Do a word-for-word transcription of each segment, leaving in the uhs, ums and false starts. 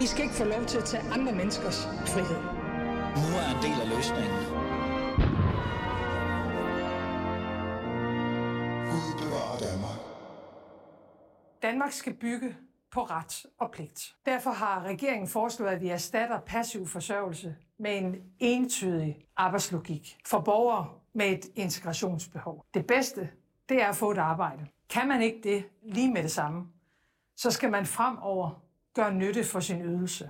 I skal ikke få lov til at tage andre menneskers frihed. Nu er en del af løsningen. Gud bevarer Danmark. Danmark skal bygge på ret og pligt. Derfor har regeringen foreslået, at vi erstatter passiv forsørgelse med en entydig arbejdslogik for borgere med et integrationsbehov. Det bedste, det er at få et arbejde. Kan man ikke det lige med det samme, så skal man fremover gøre nytte for sin ydelse.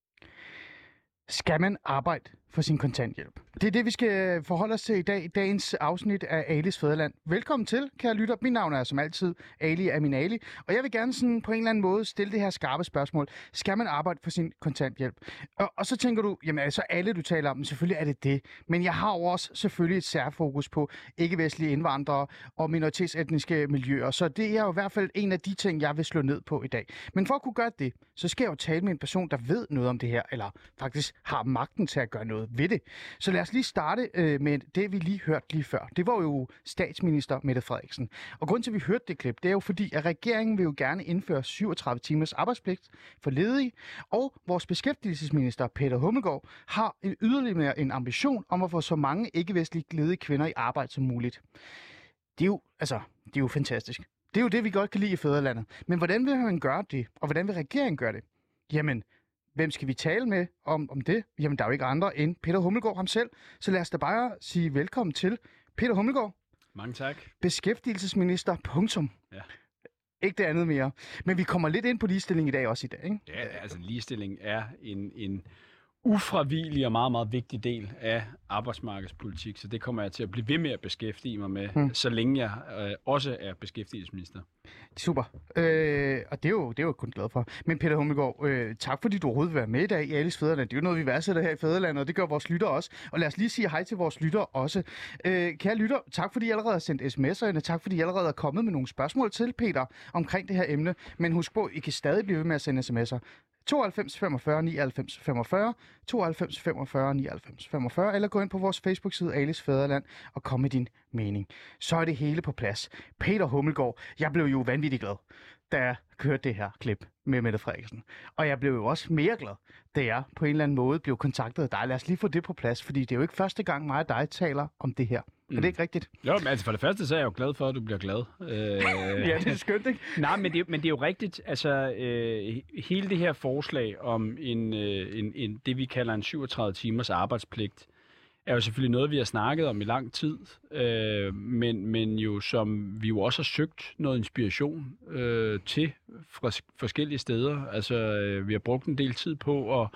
Skal man arbejde for sin kontanthjælp? Det er det, vi skal forholde os til i dag i dagens afsnit af Alis Fædreland. Velkommen til, kære lytter. Mit navn er som altid Ali Amin Ali, og jeg vil gerne sådan på en eller anden måde stille det her skarpe spørgsmål. Skal man arbejde for sin kontanthjælp? Og, og så tænker du, jamen altså alle du taler om, selvfølgelig er det det. Men jeg har jo også selvfølgelig et særfokus på ikke-vestlige indvandrere og minoritetsetniske miljøer. Så det er jo i hvert fald en af de ting, jeg vil slå ned på i dag. Men for at kunne gøre det, så skal jeg jo tale med en person, der ved noget om det her, eller faktisk har magten til at gøre noget ved det. Så lad os lige starte øh, med det, vi lige hørte lige før. Det var jo statsminister Mette Frederiksen. Og grunden til, at vi hørte det klip, det er jo fordi, at regeringen vil jo gerne indføre syvogtredive timers arbejdspligt for ledige, og vores beskæftigelsesminister Peter Hummelgaard har en yderligere en ambition om at få så mange ikke-vestlige ledige kvinder i arbejde som muligt. Det er jo, altså, det er jo fantastisk. Det er jo det, vi godt kan lide i fædrelandet. Men hvordan vil man gøre det, og hvordan vil regeringen gøre det? Jamen, hvem skal vi tale med om, om det? Jamen, der er jo ikke andre end Peter Hummelgaard ham selv. Så lad os da bare sige velkommen til Peter Hummelgaard. Mange tak. Beskæftigelsesminister, punktum. Ja. Ikke det andet mere. Men vi kommer lidt ind på ligestilling i dag også i dag, ikke? Ja, altså ligestilling er en, en ufravigelig og meget, meget vigtig del af arbejdsmarkedspolitik, så det kommer jeg til at blive ved med at beskæftige mig med, hmm. så længe jeg øh, også er beskæftigelsesminister. Super. Øh, og det er, jo, det er jo kun glad for. Men Peter Hummelgaard, øh, tak fordi du overhovedet vil være med i dag i Alis Fædreland. Det er jo noget, vi værdsætter her i Fædrelandet, og det gør vores lytter også. Og lad os lige sige hej til vores lytter også. Øh, kære lytter, tak fordi I allerede har sendt sms'er ind, og tak fordi I allerede er kommet med nogle spørgsmål til Peter omkring det her emne. Men husk på, I kan stadig blive ved med at sende sms'er. tooghalvfems femogfyrre nioghalvfems femogfyrre, tooghalvfems femogfyrre nioghalvfems femogfyrre, eller gå ind på vores Facebook-side Alis Fædreland og kom med din mening. Så er det hele på plads. Peter Hummelgaard, jeg blev jo vanvittigt glad, da jeg hørte det her klip med Mette Frederiksen. Og jeg blev jo også mere glad, da jeg på en eller anden måde blev kontaktet af dig. Lad os lige få det på plads, fordi det er jo ikke første gang mig og dig taler om det her. Mm. Er det ikke rigtigt? Jo, men altså for det første, så er jeg jo glad for, at du bliver glad. Øh... ja, det er skønt, ikke? Nej, men det, men det er jo rigtigt. Altså, øh, hele det her forslag om en, øh, en, en, det, vi kalder en syvogtredive timers arbejdspligt, er jo selvfølgelig noget, vi har snakket om i lang tid, øh, men, men jo som vi jo også har søgt noget inspiration øh, til fra forskellige steder. Altså, øh, vi har brugt en del tid på at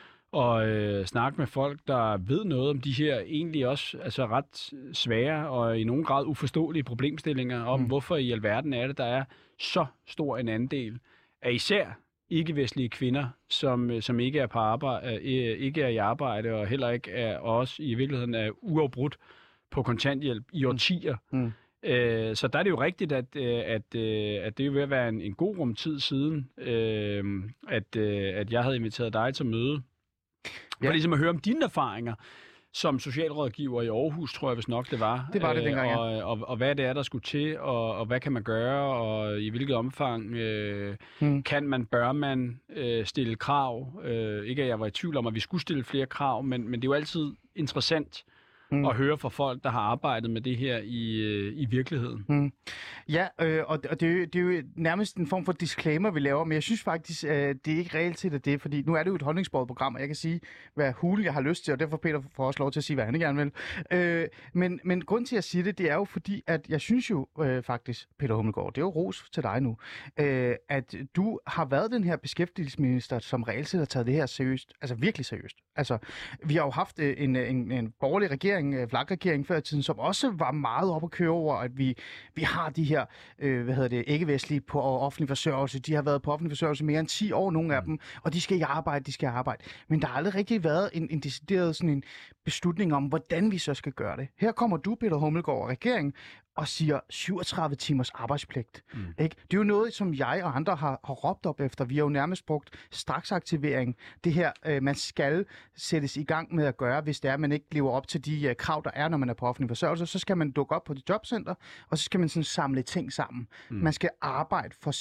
og øh, snakke med folk, der ved noget om de her egentlig også altså ret svære og i nogen grad uforståelige problemstillinger om, mm. hvorfor i alverden er det, der er så stor en andel af især ikke-vestlige kvinder, som, som ikke er på arbejde, ikke er i arbejde og heller ikke er og også i virkeligheden er uafbrudt på kontanthjælp i årtier. Mm. Øh, så der er det jo rigtigt, at, at, at det er ved at være en, en god rum tid siden, øh, at, at jeg havde inviteret dig til møde. For ja. Ligesom at høre om dine erfaringer som socialrådgiver i Aarhus, tror jeg vist nok det var. Det var det dengang, ja. Og, og, og hvad det er, der skulle til, og, og hvad kan man gøre, og i hvilket omfang øh, hmm. kan man, bør man øh, stille krav. Øh, ikke at jeg var i tvivl om, at vi skulle stille flere krav, men, men det er jo altid interessant mm. at høre fra folk, der har arbejdet med det her i, øh, i virkeligheden. Mm. Ja, øh, og, og det, er jo, det er jo nærmest en form for disclaimer, vi laver, men jeg synes faktisk, øh, det er ikke reelt til det, fordi nu er det jo et holdningsbordet program, og jeg kan sige, hvad hulen jeg har lyst til, og derfor Peter får også lov til at sige, hvad han gerne vil. Øh, men, men grund til at sige det, det er jo fordi, at jeg synes jo øh, faktisk, Peter Hummelgaard, det er jo ros til dig nu, øh, at du har været den her beskæftigelsesminister, som reelt set har taget det her seriøst, altså virkelig seriøst. Altså, vi har jo haft øh, en, en, en borgerlig regering, øh, vlak-regering før i tiden, som også var meget op at køre over, at vi, vi har de her, øh, hvad hedder det, ikke-vestlige på offentlig forsørgelse. De har været på offentlig forsørgelse mere end ti år, nogle af dem, og de skal i arbejde, de skal i arbejde. Men der har aldrig rigtig været en, en decideret sådan en beslutning om, hvordan vi så skal gøre det. Her kommer du, Peter Hummelgaard, og regeringen, og siger syvogtredive timers arbejdspligt. Mm. Ikke? Det er jo noget, som jeg og andre har, har råbt op efter. Vi har jo nærmest brugt straksaktivering. Det her, øh, man skal sættes i gang med at gøre, hvis det er, man ikke lever op til de øh, krav, der er, når man er på offentlig forsørgelse. Så skal man dukke op på det jobcenter, og så skal man sådan samle ting sammen. Mm. Man skal arbejde for sin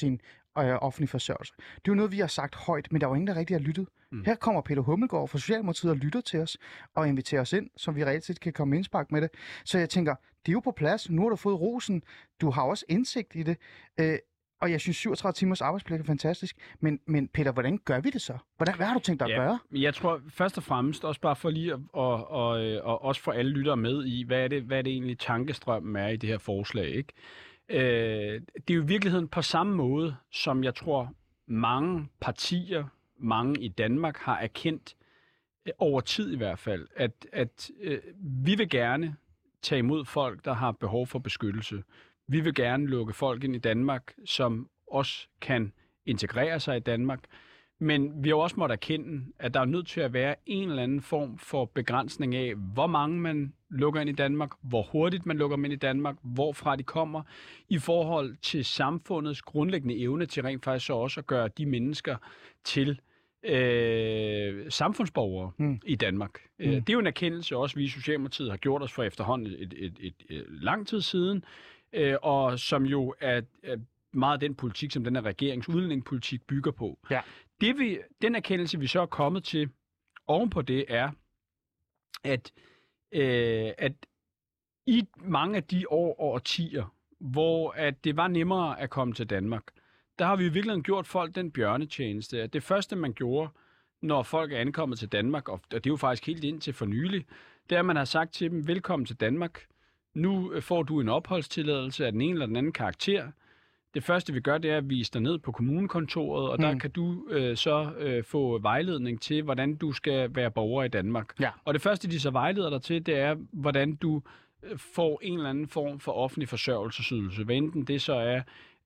øh, offentlig forsørgelse. Det er jo noget, vi har sagt højt, men der er jo ingen, der rigtig har lyttet. Mm. Her kommer Peter Hummelgaard fra Socialdemokratiet og lytter til os og inviterer os ind, så vi reelt set kan komme indspark med det. Så jeg tænker, det er jo på plads. Nu har du fået rosen. Du har også indsigt i det. Øh, og jeg synes, syvogtredive timers arbejdspligt er fantastisk. Men, men Peter, hvordan gør vi det så? Hvordan, hvad har du tænkt dig ja, at gøre? Jeg tror først og fremmest, også bare for lige at og, og, og også få alle lyttere med i, hvad er det, hvad er det egentlig tankestrømmen er i det her forslag, ikke? Øh, det er jo i virkeligheden på samme måde, som jeg tror, mange partier, mange i Danmark har erkendt, øh, over tid i hvert fald, at, at øh, vi vil gerne tage imod folk, der har behov for beskyttelse. Vi vil gerne lukke folk ind i Danmark, som også kan integrere sig i Danmark. Men vi har også måttet erkende, at der er nødt til at være en eller anden form for begrænsning af, hvor mange man lukker ind i Danmark, hvor hurtigt man lukker dem ind i Danmark, hvorfra de kommer, i forhold til samfundets grundlæggende evne til rent faktisk så også at gøre de mennesker til øh, samfundsborgere mm. i Danmark. Mm. Det er jo en erkendelse, også vi i Socialdemokratiet har gjort os for efterhånden et, et, et, et, et lang tid siden, øh, og som jo er, er meget af den politik, som den her regerings udlændingepolitik bygger på. Ja. Det vi, den erkendelse, vi så er kommet til ovenpå det, er, at, øh, at i mange af de år og årtier, hvor at det var nemmere at komme til Danmark, der har vi i virkeligheden gjort folk den bjørnetjeneste. At det første, man gjorde, når folk er ankommet til Danmark, og det er jo faktisk helt indtil for nylig, det er, at man har sagt til dem, velkommen til Danmark. Nu får du en opholdstilladelse af den ene eller den anden karakter. Det første, vi gør, det er at vise dig ned på kommunekontoret, og mm. der kan du øh, så øh, få vejledning til, hvordan du skal være borger i Danmark. Ja. Og det første, de så vejleder dig til, det er, hvordan du øh, får en eller anden form for offentlig forsørgelsesydelse. Hvad enten det så er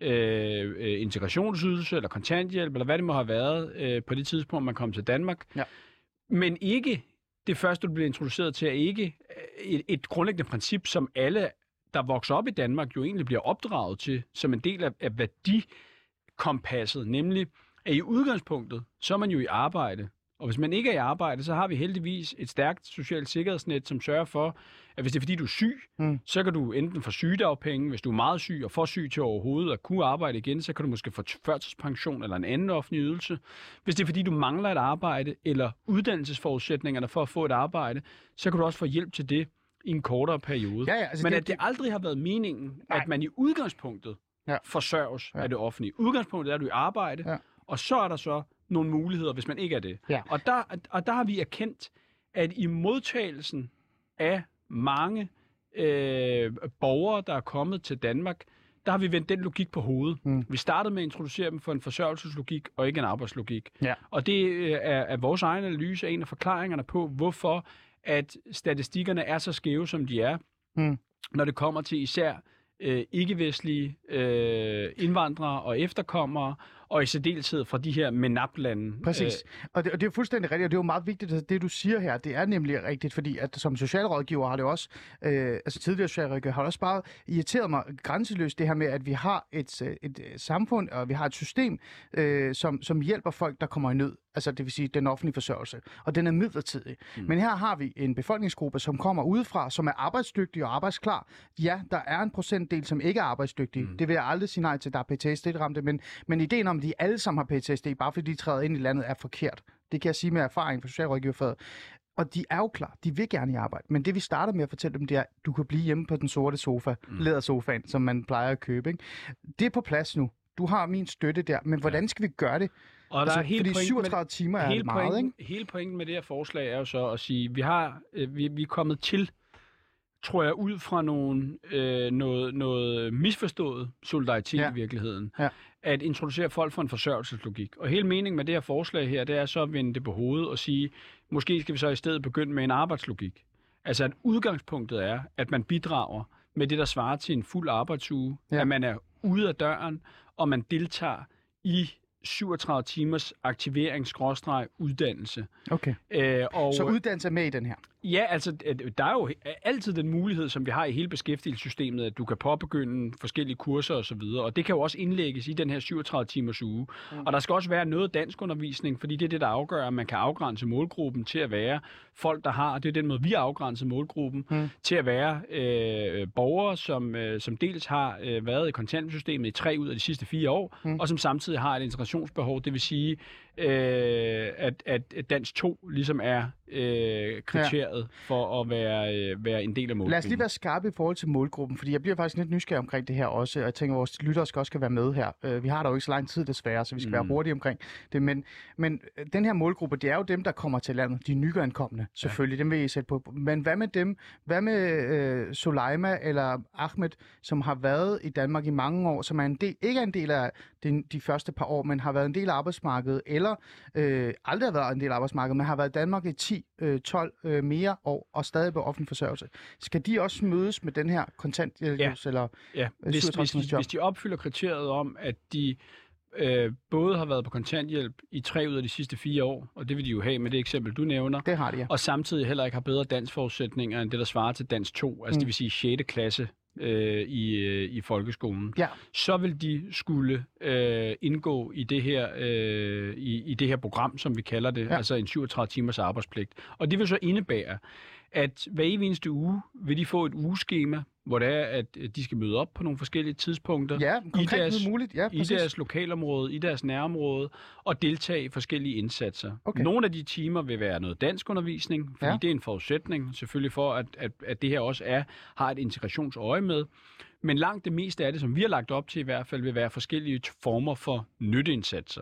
øh, integrationsydelse eller kontanthjælp, eller hvad det må have været øh, på det tidspunkt, man kom til Danmark. Ja. Men ikke det første, du bliver introduceret til, er ikke et, et grundlæggende princip, som alle der vokser op i Danmark, jo egentlig bliver opdraget til som en del af, af værdikompasset, nemlig at i udgangspunktet, så er man jo i arbejde. Og hvis man ikke er i arbejde, så har vi heldigvis et stærkt socialt sikkerhedsnet, som sørger for, at hvis det er fordi, du er syg, mm. så kan du enten få sygedagpenge, hvis du er meget syg og for syg til overhovedet at kunne arbejde igen, så kan du måske få førtidspension eller en anden offentlig ydelse. Hvis det er fordi, du mangler et arbejde eller uddannelsesforudsætningerne for at få et arbejde, så kan du også få hjælp til det i en kortere periode. Ja, ja, altså Men det, at det aldrig har været meningen, nej. at man i udgangspunktet ja. forsørges ja. af det offentlige. Udgangspunktet er, at du er i arbejde, ja. og så er der så nogle muligheder, hvis man ikke er det. Ja. Og, der, og der har vi erkendt, at i modtagelsen af mange øh, borgere, der er kommet til Danmark, der har vi vendt den logik på hovedet. Mm. Vi startede med at introducere dem for en forsørgelseslogik og ikke en arbejdslogik. Ja. Og det er, er vores egen analyse en af forklaringerne på, hvorfor at statistikkerne er så skæve, som de er, mm. når det kommer til især øh, ikke-vestlige øh, indvandrere og efterkommere, og i særdeleshed fra de her MENAP-lande. Præcis. Og det, og det er fuldstændig rigtigt, og det er jo meget vigtigt, at det du siger her, det er nemlig rigtigt, fordi at som socialrådgiver har det også, øh, altså tidligere socialrådgiver har det også bare irriteret mig grænseløst det her med, at vi har et, et, et samfund, og vi har et system, øh, som, som hjælper folk, der kommer i nød. Altså det vil sige den offentlige forsørgelse. Og den er midlertidig. Mm. Men her har vi en befolkningsgruppe, som kommer udefra, som er arbejdsdygtige og arbejdsklar. Ja, der er en procentdel, som ikke er arbejdsdygtige. Mm. Det vil jeg aldrig sige nej til, der er P T S D-ramte, men, men ideen om, at de alle sammen har P T S D, bare fordi de træder ind i landet, er forkert. Det kan jeg sige med erfaring fra socialrådgiverfaget. Og de er jo klar, de vil gerne i arbejde. Men det vi starter med at fortælle dem, det er, at du kan blive hjemme på den sorte sofa, mm. lædersofaen, som man plejer at købe. Ikke? Det er på plads nu. Du har min støtte der, men hvordan skal vi gøre det? Og der altså, er helt fordi syvogtredive timer er meget, pointen, ikke? Hele pointen med det her forslag er jo så at sige, vi har øh, vi, vi er kommet til, tror jeg, ud fra nogle, øh, noget, noget misforstået solidaritet ja. i virkeligheden, ja. at introducere folk for en forsørgelseslogik. Og hele meningen med det her forslag her, det er så at vende det på hovedet og sige, måske skal vi så i stedet begynde med en arbejdslogik. Altså at udgangspunktet er, at man bidrager med det, der svarer til en fuld arbejdsuge, ja. at man er ude af døren, og man deltager i syvogtredive timers aktivering-uddannelse. Okay. Æ, og, så uddannelse er med i den her? Ja, altså, der er jo altid den mulighed, som vi har i hele beskæftigelsessystemet, at du kan påbegynde forskellige kurser osv., og, og det kan jo også indlægges i den her syvogtredive timers uge. Mm. Og der skal også være noget danskundervisning, fordi det er det, der afgør, at man kan afgrænse målgruppen til at være folk, der har, det er den måde, vi har afgrænset målgruppen, mm. til at være øh, borgere, som, øh, som dels har øh, været i kontanthjælpssystemet i tre ud af de sidste fire år, mm. og som samtidig har et integrationsbehov, det vil sige, øh, at, at dansk to ligesom er øh, kriteriet ja. for at være, øh, være en del af målgruppen. Lad os lige være skarpe i forhold til målgruppen, fordi jeg bliver faktisk lidt nysgerrig omkring det her også, og jeg tænker, at vores lyttere skal også skal være med her. Uh, vi har da jo ikke så lang tid desværre, så vi skal mm. være hurtige omkring det, men, men den her målgruppe, det er jo dem, der kommer til landet, de nyankomne, selvfølgelig, ja. dem vil I sætte på. Men hvad med dem, hvad med uh, Soleima eller Ahmed, som har været i Danmark i mange år, som er en del, ikke er en del af de, de første par år, men har været en del af arbejdsmarkedet, eller øh, aldrig har været en del af arbejdsmarkedet, men har været i Danmark i ti, tolv øh, mere år og stadig på offentlig forsørgelse. Skal de også mødes med den her kontanthjælp ja. eller ja. Hvis, hvis, de, hvis de opfylder kriteriet om, at de øh, både har været på kontanthjælp i tre ud af de sidste fire år, og det vil de jo have med det eksempel, du nævner, det har de, ja. og samtidig heller ikke har bedre danskforudsætninger end det, der svarer til dansk to, altså mm. det vil sige sjette klasse øh, i, øh, i folkeskolen, ja. så vil de skulle øh, indgå i det her øh, i, i det her program, som vi kalder det, ja. altså en syvogtredive timers arbejdspligt. Og det vil så indebære, at hver eneste uge vil de få et ugeskema, hvor det er, at de skal møde op på nogle forskellige tidspunkter ja, i, deres, muligt. Ja, i deres lokalområde, i deres nærområde, og deltage i forskellige indsatser. Okay. Nogle af de timer vil være noget danskundervisning, fordi ja. det er en forudsætning selvfølgelig for, at, at, at det her også er, har et integrationsøje med. Men langt det meste af det, som vi har lagt op til i hvert fald, vil være forskellige former for nytteindsatser.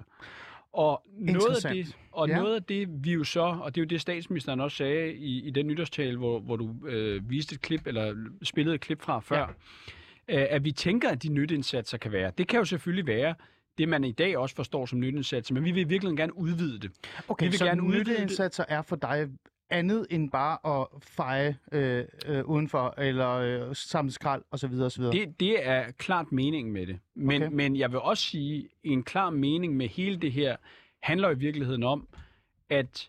Og noget af det, og ja. noget af det, vi jo så, og det er jo det, statsministeren også sagde i, i den nytårstale, hvor, hvor du øh, viste et klip, eller spillede et klip fra før, ja. øh, at vi tænker, at de nytteindsatser kan være. Det kan jo selvfølgelig være det, man i dag også forstår som nytteindsatser, men vi vil virkelig gerne udvide det. Okay, vi vil så gerne nytteindsatser er for dig andet end bare at feje øh, øh, udenfor, eller øh, samle skrald, osv. osv. Det, det er klart meningen med det. Men, okay. men jeg vil også sige, en klar mening med hele det her, handler i virkeligheden om, at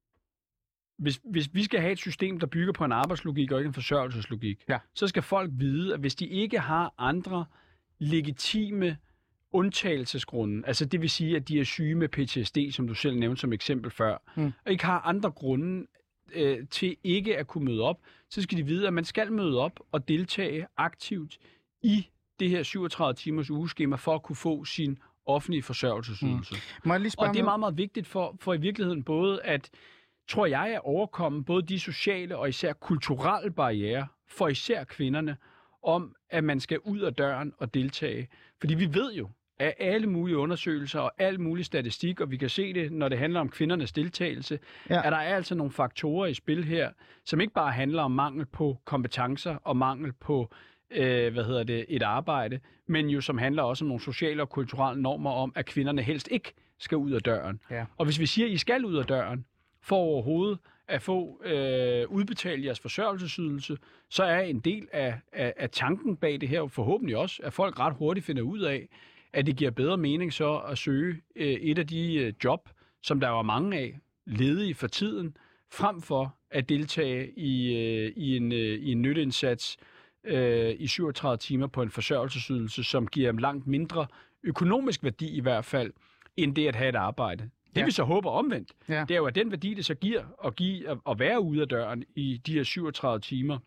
hvis, hvis vi skal have et system, der bygger på en arbejdslogik og ikke en forsørgelseslogik, ja. så skal folk vide, at hvis de ikke har andre legitime undtagelsesgrunden, altså det vil sige, at de er syge med P T S D, som du selv nævnte som eksempel før, mm. og ikke har andre grunde øh, til ikke at kunne møde op, så skal de vide, at man skal møde op og deltage aktivt i det her syvogtredive timers ugeskema for at kunne få sin offentlige forsørgelsesydelse. Mm. Og det er meget, meget vigtigt for, for i virkeligheden både at, tror jeg, at overkomme både de sociale og især kulturelle barrierer for især kvinderne, om at man skal ud af døren og deltage. Fordi vi ved jo, af alle mulige undersøgelser og al mulig statistik, og vi kan se det, når det handler om kvindernes deltagelse, ja. at der er altså nogle faktorer i spil her, som ikke bare handler om mangel på kompetencer og mangel på øh, hvad hedder det, et arbejde, men jo som handler også om nogle sociale og kulturelle normer om, at kvinderne helst ikke skal ud af døren. Ja. Og hvis vi siger, at I skal ud af døren, for overhovedet at få øh, udbetalt jeres forsørgelsesydelse, så er en del af, af, af tanken bag det her forhåbentlig også, at folk ret hurtigt finder ud af, at det giver bedre mening så at søge øh, et af de øh, job, som der var mange af, ledige for tiden, frem for at deltage i, øh, i, en, øh, i en nytteindsats øh, i syvogtredive timer på en forsørgelsesydelse, som giver langt mindre økonomisk værdi i hvert fald, end det at have et arbejde. Det ja. vi så håber omvendt, ja. det er jo, at den værdi, det så giver at, give, at, at være ude af døren i de her syvogtredive timer,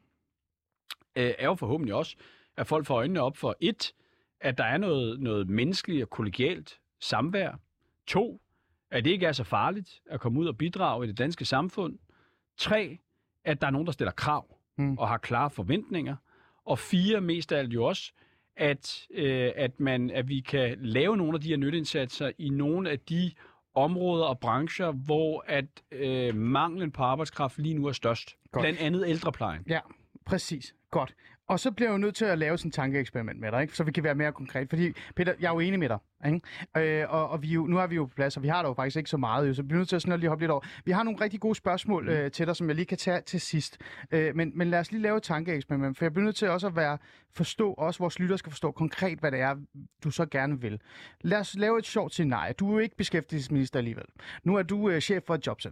øh, er jo forhåbentlig også, at folk får øjnene op for et, at der er noget, noget menneskeligt og kollegialt samvær. To, at det ikke er så farligt at komme ud og bidrage i det danske samfund. Tre, at der er nogen, der stiller krav hmm. og har klare forventninger. Og fire, mest af alt jo også, at, øh, at, man, at vi kan lave nogle af de her nytteindsatser i nogle af de områder og brancher, hvor at øh, manglen på arbejdskraft lige nu er størst. Godt. Blandt andet ældreplejen. Ja, præcis. Godt. Og så bliver jeg jo nødt til at lave sådan en tankeeksperiment med dig, ikke? Så vi kan være mere konkret. Fordi, Peter, jeg er jo enig med dig. Ikke? Øh, og og vi jo, nu er vi jo på plads, og vi har da jo faktisk ikke så meget, jo, så vi bliver nødt til at sådan lige hoppe lidt over. Vi har nogle rigtig gode spørgsmål mm. øh, til dig, som jeg lige kan tage til sidst. Øh, men, men lad os lige lave et tankeeksperiment, for jeg bliver nødt til også at være, forstå, også vores lytter skal forstå konkret, hvad det er, du så gerne vil. Lad os lave et sjovt scenarie. Du er jo ikke beskæftigelsesminister alligevel. Nu er du øh, chef for et jobcenter.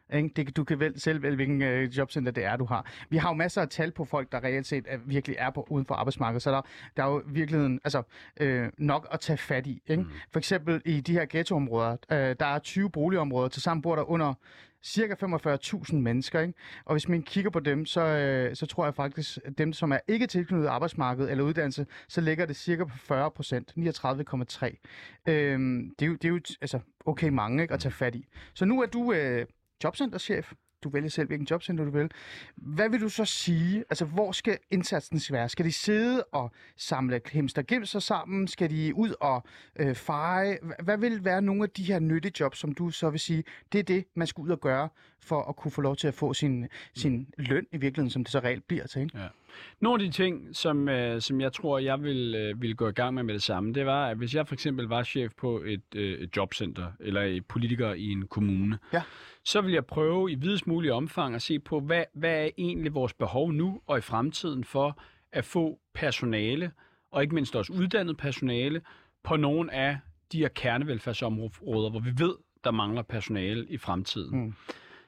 Ikke? Det, du kan vel, selv vælge, hvilken øh, jobcenter det er, du har. Vi har jo masser af tal på folk, der reelt set er, virkelig er på, uden for arbejdsmarkedet, så der, der er jo virkelig altså, øh, nok at tage fat i. Ikke? Mm. For eksempel i de her ghettoområder, øh, der er tyve boligområder, tilsammen bor der under cirka femogfyrre tusind mennesker, ikke? Og hvis man kigger på dem, så, øh, så tror jeg faktisk, at dem, som er ikke tilknyttet arbejdsmarkedet eller uddannelse, så ligger det cirka på fyrre procent, niogtredive komma tre. Øhm, det, er jo, det er jo altså okay mange, ikke, at tage fat i. Så nu er du øh, jobcenterchef. Du vælger selv, hvilken jobcenter du vil. Hvad vil du så sige? Altså, hvor skal indsatsen være? Skal de sidde og samle hemstergemser sammen? Skal de ud og øh, feje? Hvad vil være nogle af de her nyttejobs, som du så vil sige, det er det, man skal ud og gøre, for at kunne få lov til at få sin, sin løn i virkeligheden, som det så reelt bliver til, ikke? Ja. Nogle af de ting, som, øh, som jeg tror, jeg vil, øh, vil gå i gang med med det samme, det var, at hvis jeg for eksempel var chef på et, øh, et jobcenter, eller et politiker i en kommune, ja. så vil jeg prøve i videst mulig omfang at se på, hvad, hvad er egentlig vores behov nu og i fremtiden for at få personale, og ikke mindst også uddannet personale, på nogle af de her kernevelfærdsområder, hvor vi ved, der mangler personale i fremtiden. Mm.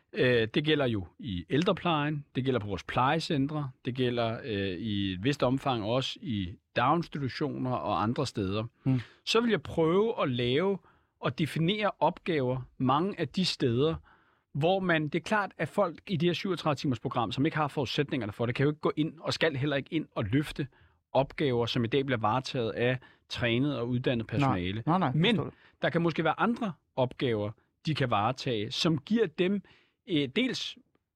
Det gælder jo i ældreplejen, det gælder på vores plejecentre, det gælder øh, i et vist omfang også i daginstitutioner og andre steder. Mm. Så vil jeg prøve at lave og definere opgaver mange af de steder, hvor man, det er klart, at folk i det her syvogtredive timers program, som ikke har forudsætningerne for det, kan jo ikke gå ind og skal heller ikke ind og løfte opgaver, som i dag bliver varetaget af trænet og uddannet personale. Nej, nej, nej, Men der kan måske være andre opgaver, de kan varetage, som giver dem dels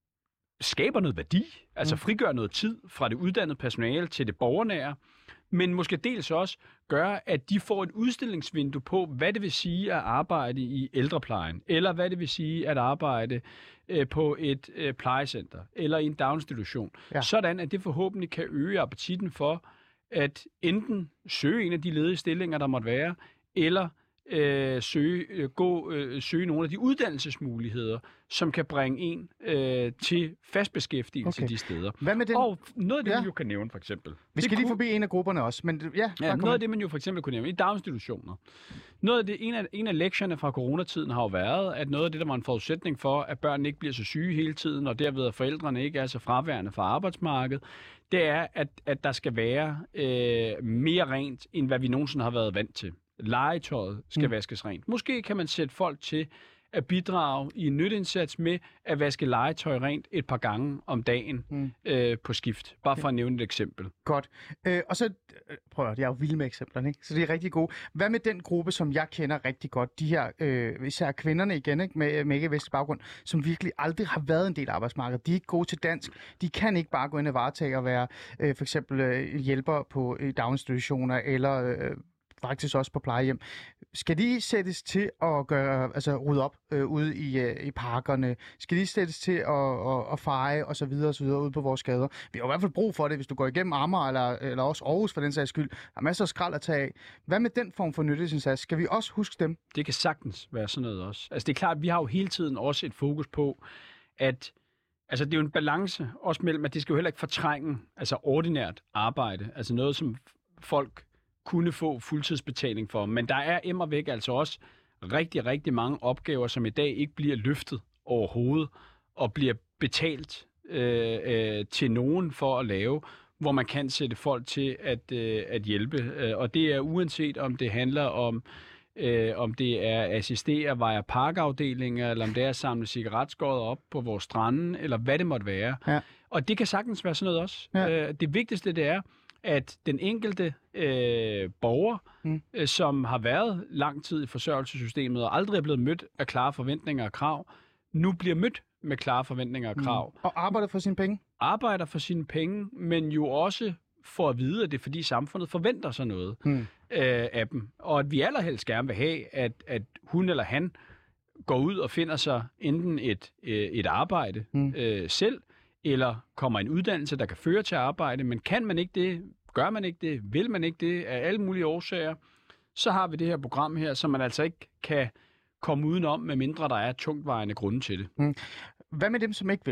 skaber noget værdi, altså frigør noget tid fra det uddannede personale til det borgernære, men måske dels også gør, at de får et udstillingsvindue på, hvad det vil sige at arbejde i ældreplejen, eller hvad det vil sige at arbejde øh, på et øh, plejecenter, eller i en daginstitution. Ja. Sådan, at det forhåbentlig kan øge appetitten for at enten søge en af de ledige stillinger, der måtte være, eller Øh, søge, øh, gå, øh, søge nogle af de uddannelsesmuligheder, som kan bringe en øh, til fast beskæftigelse okay. de steder. Hvad med den? Og noget af det, ja. man jo kan nævne, for eksempel. Vi skal lige forbi en af grupperne også, men ja. ja noget af det, man jo for eksempel kunne nævne i daginstitutioner. Noget af det, en af, en af lektierne fra coronatiden har jo været, at noget af det, der var en forudsætning for, at børn ikke bliver så syge hele tiden, og derved at forældrene ikke er så fraværende fra arbejdsmarkedet, det er, at, at der skal være øh, mere rent, end hvad vi nogensinde har været vant til. Legetøjet skal mm. vaskes rent. Måske kan man sætte folk til at bidrage i en nytteindsats med at vaske legetøj rent et par gange om dagen mm. øh, på skift. Bare for at nævne et eksempel. Godt. Øh, og så, prøv at jeg er jo vild med eksemplerne, ikke? Så det er rigtig gode. Hvad med den gruppe, som jeg kender rigtig godt? De her, øh, især kvinderne igen, ikke? Med, med ikke-vestlig baggrund, som virkelig aldrig har været en del af arbejdsmarkedet. De er ikke gode til dansk. De kan ikke bare gå ind og varetage og være øh, for eksempel øh, hjælper på øh, daginstitutioner eller øh, faktisk også på plejehjem. Skal de sættes til at gøre, altså rydde op øh, ude i, øh, i parkerne? Skal de sættes til at, at, at feje og så videre og så videre ude på vores gader? Vi har i hvert fald brug for det, hvis du går igennem Amager eller, eller også Aarhus for den sags skyld. Der er masser af skrald at tage af. Hvad med den form for nytteindsats? Skal vi også huske dem? Det kan sagtens være sådan noget også. Altså det er klart, at vi har jo hele tiden også et fokus på, at altså det er jo en balance også mellem, at det skal jo heller ikke fortrænge altså ordinært arbejde. Altså noget, som folk kunne få fuldtidsbetaling for. Men der er immervæk altså også rigtig, rigtig mange opgaver, som i dag ikke bliver løftet overhovedet, og bliver betalt øh, øh, til nogen for at lave, hvor man kan sætte folk til at, øh, at hjælpe. Og det er uanset om det handler om, øh, om det er assistere vej- og parkafdelinger, eller om det er at samle cigaretskåret op på vores strande, eller hvad det måtte være. Ja. Og det kan sagtens være sådan noget også. Ja. Øh, det vigtigste det er, at den enkelte øh, borger, mm. øh, som har været lang tid i forsørgelsessystemet og aldrig er blevet mødt af klare forventninger og krav, nu bliver mødt med klare forventninger og krav. Mm. Og arbejder for sine penge? Arbejder for sine penge, men jo også for at vide, at det er fordi samfundet forventer sig noget mm. øh, af dem. Og at vi allerhelst gerne vil have, at, at hun eller han går ud og finder sig enten et, øh, et arbejde mm. øh, selv, eller kommer en uddannelse, der kan føre til arbejde, men kan man ikke det, gør man ikke det, vil man ikke det, af alle mulige årsager, så har vi det her program her, som man altså ikke kan komme udenom, medmindre der er tungtvejende grunde til det. Mm. Hvad med dem, som ikke vil?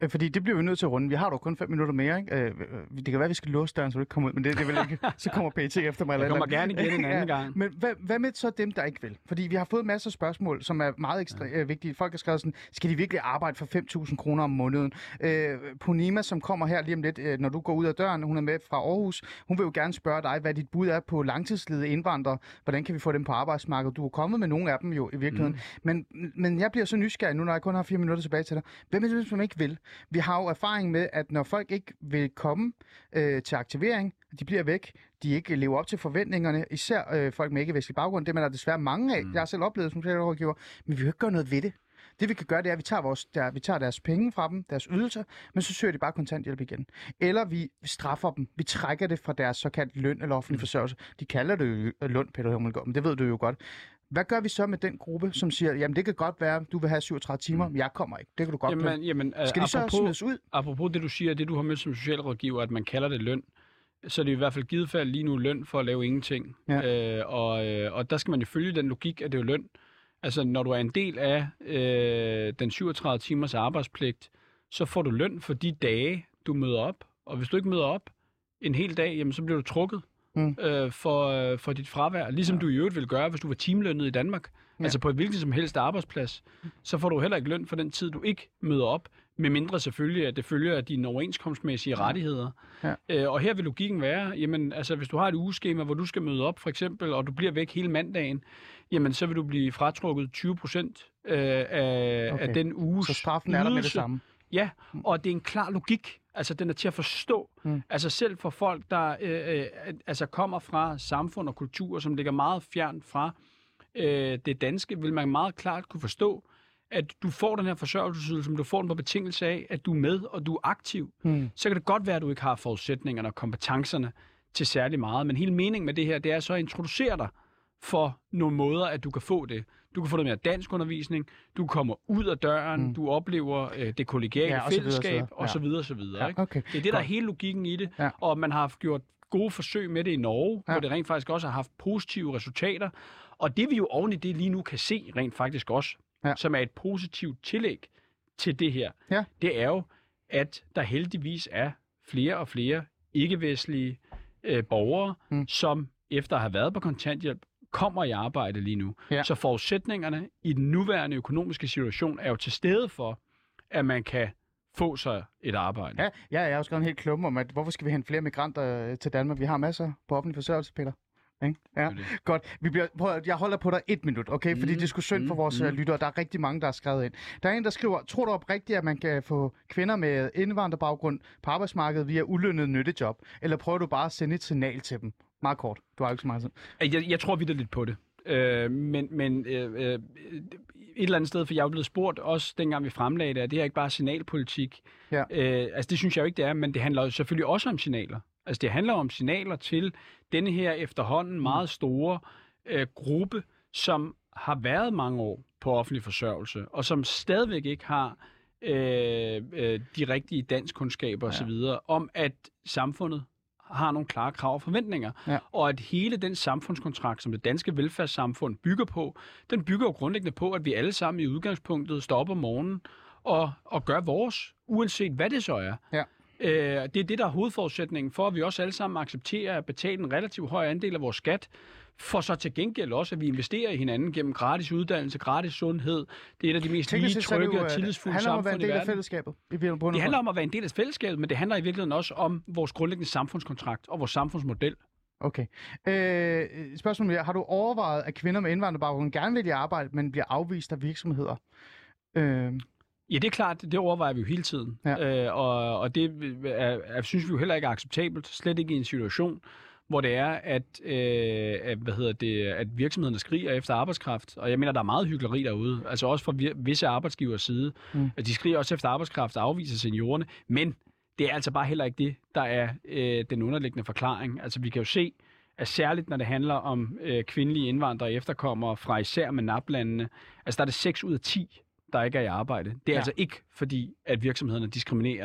Øh, Fordi det bliver vi nødt til at runde. Vi har dog kun fem minutter mere, ikke? Øh, det kan være, vi skal låse døren, så du ikke kommer ud, men det, det vil ikke. Så kommer P E T efter mig. Jeg eller kommer eller gerne igen en anden ja, gang. Men hvad, hvad med så dem, der ikke vil? Fordi vi har fået masser af spørgsmål, som er meget ekstra ja. øh, vigtige. Folk har skrevet sådan, skal de virkelig arbejde for fem tusind kroner om måneden? Øh, Punima, som kommer her lige om lidt, øh, når du går ud af døren, hun er med fra Aarhus, hun vil jo gerne spørge dig, hvad dit bud er på langtidsledige indvandrere. Hvordan kan vi få dem på arbejdsmarkedet? Du er kommet med nogle af dem jo i virkeligheden. Mm. Men, men jeg bliver så nysgerrig nu, når jeg kun har fire minutter tilbage til dig. Hvem er det, som ikke vil? Vi har jo erfaring med, at når folk ikke vil komme øh, til aktivering, de bliver væk, de ikke lever op til forventningerne, især øh, folk med ikke-vestlig baggrund, det man er desværre mange af. Mm. Jeg har selv oplevet som socialrådgiver, men vi vil ikke gøre noget ved det. Det vi kan gøre, det er, at vi tager, vores, der, vi tager deres penge fra dem, deres ydelser, men så søger de bare kontanthjælp igen. Eller vi straffer dem. Vi trækker det fra deres såkaldt løn eller offentlig forsørgelse. De kalder det jo løn, Peter Hummelgaard, men det ved du jo godt. Hvad gør vi så med den gruppe, som siger, jamen det kan godt være, at du vil have syvogtredive timer, men jeg kommer ikke. Det kan du godt jamen, jamen, Skal de apropos, så smides ud? Apropos det, du siger, det du har mødt som socialrådgiver, at man kalder det løn, så er det i hvert fald givet fald lige nu løn for at lave ingenting. Ja. Øh, og, øh, og der skal man jo følge den logik, at det er løn. Altså, når du er en del af øh, den syvogtredive timers arbejdspligt, så får du løn for de dage, du møder op. Og hvis du ikke møder op en hel dag, jamen, så bliver du trukket mm. øh, for, øh, for dit fravær. Ligesom ja. du i øvrigt ville gøre, hvis du var timelønnet i Danmark. Ja. Altså på et hvilket som helst arbejdsplads. Så får du heller ikke løn for den tid, du ikke møder op. Med mindre selvfølgelig, at det følger af dine overenskomstmæssige ja. rettigheder. Ja. Øh, og her vil logikken være, jamen, altså, hvis du har et ugeskema, hvor du skal møde op, for eksempel, og du bliver væk hele mandagen, jamen, så vil du blive fratrukket tyve procent øh, af, okay. af den uges Så straffen er der med det samme? Ja, og det er en klar logik. Altså, den er til at forstå. Mm. Altså, selv for folk, der øh, øh, altså, kommer fra samfund og kultur, som ligger meget fjernt fra øh, det danske, vil man meget klart kunne forstå, at du får den her forsørgelsesydelse, som du får den på betingelse af, at du er med, og du er aktiv. Mm. Så kan det godt være, at du ikke har forudsætningerne og kompetencerne til særlig meget. Men hele meningen med det her, det er så at introducere dig for nogle måder, at du kan få det. Du kan få noget mere danskundervisning, du kommer ud af døren, mm. du oplever øh, det kollegiale ja, fællesskab, og så videre, og så videre. Ja, okay. Det er det, der er hele logikken i det. Ja. Og man har gjort gode forsøg med det i Norge, ja. hvor det rent faktisk også har haft positive resultater. Og det vi jo oven i det lige nu kan se rent faktisk også, ja. som er et positivt tillæg til det her, ja. det er jo, at der heldigvis er flere og flere ikke-vestlige øh, borgere, mm. som efter at have været på kontanthjælp, kommer i arbejde lige nu. Ja. Så forudsætningerne i den nuværende økonomiske situation er jo til stede for, at man kan få sig et arbejde. Ja, ja jeg har jo skrevet en helt klumme om, at hvorfor skal vi hente flere migranter til Danmark? Vi har masser på offentlig forsørgelse, Peter. Ikke? Ja, det det. Godt. Vi bliver, prøv, jeg holder på dig et minut, okay? Fordi mm, det er sgu synd for vores mm. lyttere. Der er rigtig mange, der har skrevet ind. Der er en, der skriver, tror du oprigtigt, at man kan få kvinder med indvandrerbaggrund på arbejdsmarkedet via ulønnet nyttejob? Eller prøver du bare at sende et signal til dem? Meget kort. Du har ikke så meget tid. Jeg, jeg tror vidt lidt på det. Øh, men men øh, øh, et eller andet sted, for jeg er blevet spurgt, også dengang vi fremlagde det, at det her ikke bare er signalpolitik. Ja. Øh, altså det synes jeg jo ikke, det er, men det handler jo selvfølgelig også om signaler. Altså det handler om signaler til denne her efterhånden meget store øh, gruppe, som har været mange år på offentlig forsørgelse, og som stadigvæk ikke har øh, øh, de rigtige danskkundskaber ja. osv., om at samfundet har nogle klare krav og forventninger. Ja. Og at hele den samfundskontrakt, som det danske velfærdssamfund bygger på, den bygger jo grundlæggende på, at vi alle sammen i udgangspunktet står op om morgenen og, og gør vores, uanset hvad det så er. Ja. Øh, det er det, der er hovedforudsætningen for, at vi også alle sammen accepterer at betale en relativt høj andel af vores skat, for så til gengæld også, at vi investerer i hinanden gennem gratis uddannelse, gratis sundhed. Det er et af de mest lige, trygge og tillidsfulde samfund i verden. Fællesskabet. I det handler om at være en del af fællesskabet, men det handler i virkeligheden også om vores grundlæggende samfundskontrakt og vores samfundsmodel. Okay. Øh, spørgsmål mere. Har du overvejet, at kvinder med indvandrerbaggrund gerne vil i arbejde, men bliver afvist af virksomheder? Øh... Ja, det er klart, det overvejer vi jo hele tiden. Ja. Øh, og, og det er, er, synes vi jo heller ikke er acceptabelt, slet ikke i en situation, hvor det er, at, øh, at, hvad hedder det, at virksomhederne skriger efter arbejdskraft. Og jeg mener, der er meget hykleri derude, altså også fra vir- visse arbejdsgivers side. Mm. At de skriger også efter arbejdskraft og afviser seniorerne, men det er altså bare heller ikke det, der er øh, den underliggende forklaring. Altså vi kan jo se, at særligt når det handler om øh, kvindelige indvandrere og efterkommere fra især med N A P-landene, altså der er det seks ud af ti, der ikke er i arbejde. Det er ja. altså ikke fordi, at virksomhederne diskriminerer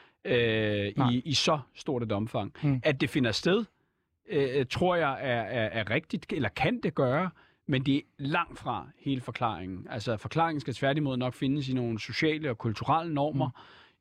øh, i, i så stort et omfang. Mm. At det finder sted, øh, tror jeg er, er, er rigtigt, eller kan det gøre, men det er langt fra hele forklaringen. Altså forklaringen skal tværtimod nok findes i nogle sociale og kulturelle normer, mm.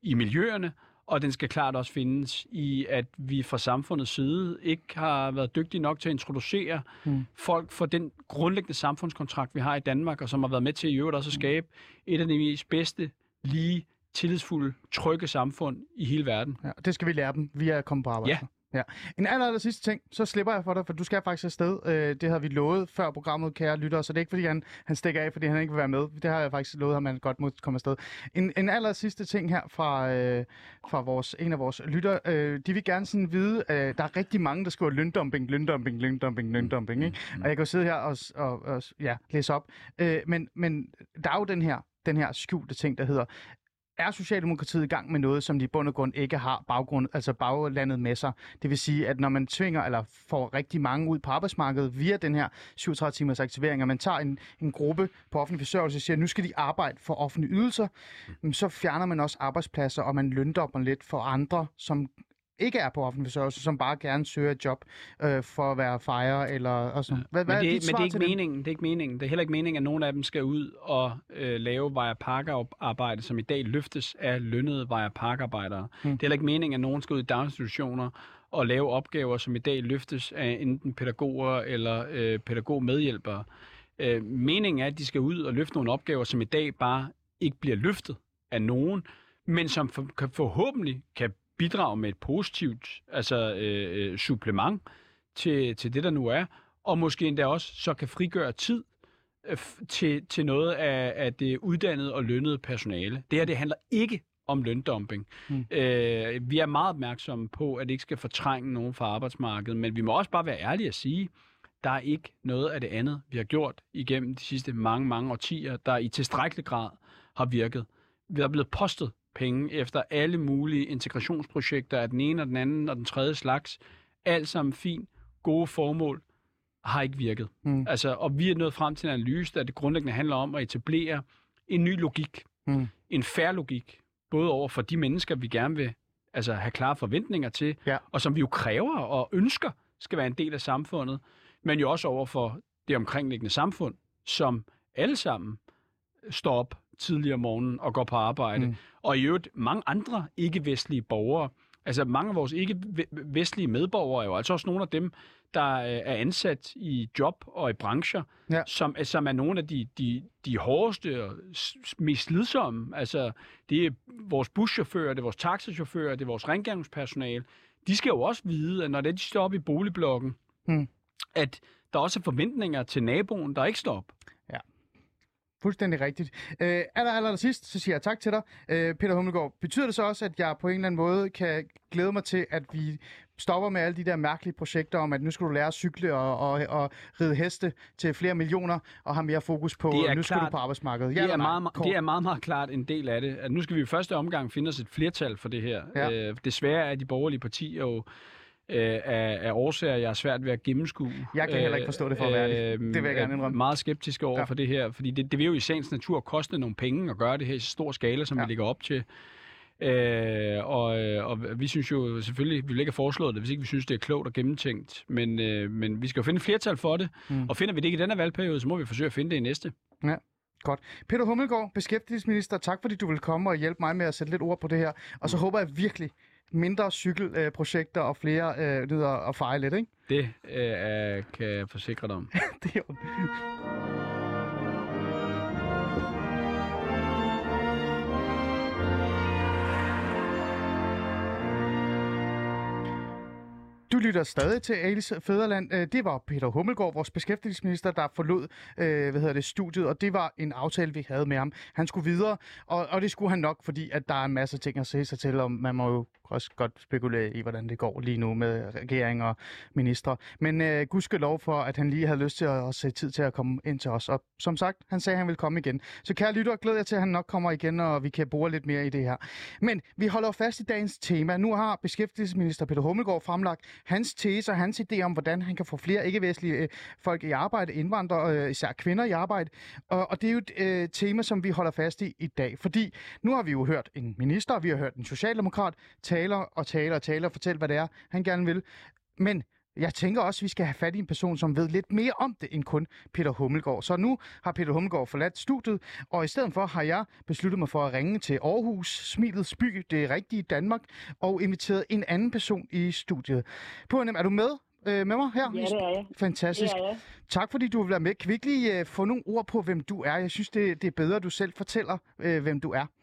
i miljøerne, og den skal klart også findes i, at vi fra samfundets side ikke har været dygtige nok til at introducere mm. folk for den grundlæggende samfundskontrakt, vi har i Danmark, og som har været med til i øvrigt også at skabe et af de mest bedste, lige, tillidsfulde, trygge samfund i hele verden. Ja, det skal vi lære dem via at komme på arbejde. Ja. Ja. En aller, aller sidste ting, så slipper jeg for dig, for du skal faktisk afsted. Øh, det har vi lovet før programmet, kære lyttere, så det er ikke, fordi han, han stikker af, fordi han ikke vil være med. Det har jeg faktisk lovet ham, at han godt må komme afsted. En, en aller sidste ting her fra, øh, fra vores, en af vores lyttere. Øh, de vil gerne sådan vide, øh, der er rigtig mange, der skriver løndumping, løndumping, løndumping, løndumping, ikke? Og jeg kan sidde her og, og, og ja, læse op. Øh, men, men der er jo den her, den her skjulte ting, der hedder, er Socialdemokratiet i gang med noget, som de i bund og grund ikke har baggrund, altså baglandet med sig? Det vil sige, at når man tvinger eller får rigtig mange ud på arbejdsmarkedet via den her syvogtredive timers aktivering, og man tager en, en gruppe på offentlig forsørgelse og siger, at nu skal de arbejde for offentlige ydelser, så fjerner man også arbejdspladser, og man løndopper lidt for andre, som ikke er på offentlig forsørgelse, som bare gerne søger et job øh, for at være fejre eller og sådan. Hvad, hvad men det, er men det er ikke meningen. det? Det er ikke meningen. Det er heller ikke meningen, at nogen af dem skal ud og øh, lave vej- og parkarbejde, som i dag løftes af lønnede vej- og parkarbejdere. Hmm. Det er heller ikke meningen, at nogen skal ud i daginstitutioner og lave opgaver, som i dag løftes af enten pædagoger eller øh, pædagogmedhjælpere. Øh, meningen er, at de skal ud og løfte nogle opgaver, som i dag bare ikke bliver løftet af nogen, men som for, kan forhåbentlig kan bidrage med et positivt altså, øh, supplement til, til det, der nu er, og måske endda også så kan frigøre tid øh, til, til noget af, af det uddannede og lønnede personale. Det her, det handler ikke om løndumping. Mm. Øh, vi er meget opmærksomme på, at det ikke skal fortrænge nogen fra arbejdsmarkedet, men vi må også bare være ærlige at sige, der er ikke noget af det andet, vi har gjort igennem de sidste mange, mange årtier, der i tilstrækkelig grad har virket. Vi er blevet postet penge efter alle mulige integrationsprojekter af den ene og den anden og den tredje slags. Alt sammen fint, gode formål, har ikke virket. Mm. Altså, og vi er nået frem til en analyse, der det grundlæggende handler om at etablere en ny logik. Mm. En fair logik. Både over for de mennesker, vi gerne vil altså, have klare forventninger til, ja. Og som vi jo kræver og ønsker skal være en del af samfundet, men jo også over for det omkringliggende samfund, som alle sammen står op tidligere om morgenen og går på arbejde. Mm. Og i øvrigt mange andre ikke-vestlige borgere. Altså mange af vores ikke-vestlige medborgere er jo altså også nogle af dem, der er ansat i job og i brancher, ja. som, som er nogle af de, de, de hårdeste og mest slidsomme. Altså det er vores buschauffører, det er vores taxachauffører, det er vores rengøringspersonale. De skal jo også vide, at når de står op i boligblokken, mm. at der også er forventninger til naboen, der ikke står op. Ja. Fuldstændig rigtigt. Øh, aller, aller sidst, så siger jeg tak til dig, øh, Peter Hummelgaard. Betyder det så også, at jeg på en eller anden måde kan glæde mig til, at vi stopper med alle de der mærkelige projekter om, at nu skal du lære at cykle og, og, og ride heste til flere millioner, og have mere fokus på, at nu skal du på arbejdsmarkedet? Det er, meget, det er meget, meget klart en del af det. At nu skal vi i første omgang finde os et flertal for det her. Ja. Øh, desværre er de borgerlige partier jo af, af årsager, jeg er svært ved at gennemskue. Jeg kan heller ikke forstå det for at være det. Det vil jeg gerne indrømme. Meget skeptisk over ja. for det her, fordi det, det vil jo i sagens natur koste nogle penge at gøre det her i så stor skala, som ja. vi ligger op til. Øh, og, og vi synes jo selvfølgelig, vi vil ikke have foreslået det, hvis ikke vi synes, det er klogt og gennemtænkt. Men, øh, men vi skal jo finde et flertal for det, mm. og finder vi det ikke i denne valgperiode, så må vi forsøge at finde det i næste. Ja. Godt. Peter Hummelgaard, beskæftigelsesminister, tak fordi du vil komme og hjælpe mig med at sætte lidt ord på det her. Og så mm. håber jeg virkelig, mindre cykelprojekter øh, og flere øh, lyder og fejre lidt, ikke? Det øh, kan jeg forsikre dig om. Det er jo... Du lytter stadig til Alis Fæderland. Det var Peter Hummelgaard, vores beskæftigelsesminister, der forlod øh, hvad hedder det, studiet, og det var en aftale, vi havde med ham. Han skulle videre, og, og det skulle han nok, fordi at der er en masse ting at se sig til, og man må jo også godt spekulere i, hvordan det går lige nu med regering og ministre. Men øh, gudskelov for, at han lige havde lyst til at, at sætte tid til at komme ind til os. Og som sagt, han sagde, at han ville komme igen. Så kære lytter, glæder jeg til, at han nok kommer igen, og vi kan bore lidt mere i det her. Men vi holder fast i dagens tema. Nu har beskæftigelsesminister Peter Hummelgaard fremlagt hans teser, hans idé om, hvordan han kan få flere ikke-vestlige øh, folk i arbejde, indvandrere, øh, især kvinder i arbejde. Og, og det er jo et øh, tema, som vi holder fast i i dag. Fordi nu har vi jo hørt en minister, vi har hørt en socialdemokrat taler og taler og taler og fortælle, hvad det er, han gerne vil. Men Jeg tænker også, at vi skal have fat i en person, som ved lidt mere om det end kun Peter Hummelgaard. Så nu har Peter Hummelgaard forladt studiet, og i stedet for har jeg besluttet mig for at ringe til Aarhus, Smilets by, det rigtige Danmark, og inviteret en anden person i studiet. Purnim, er du med? Øh, med mig her? Ja, det er jeg. Fantastisk. Det er jeg. Tak fordi du vil være med. Kan vi ikke lige uh, få nogle ord på, hvem du er? Jeg synes, det, det er bedre, at du selv fortæller, uh, hvem du er.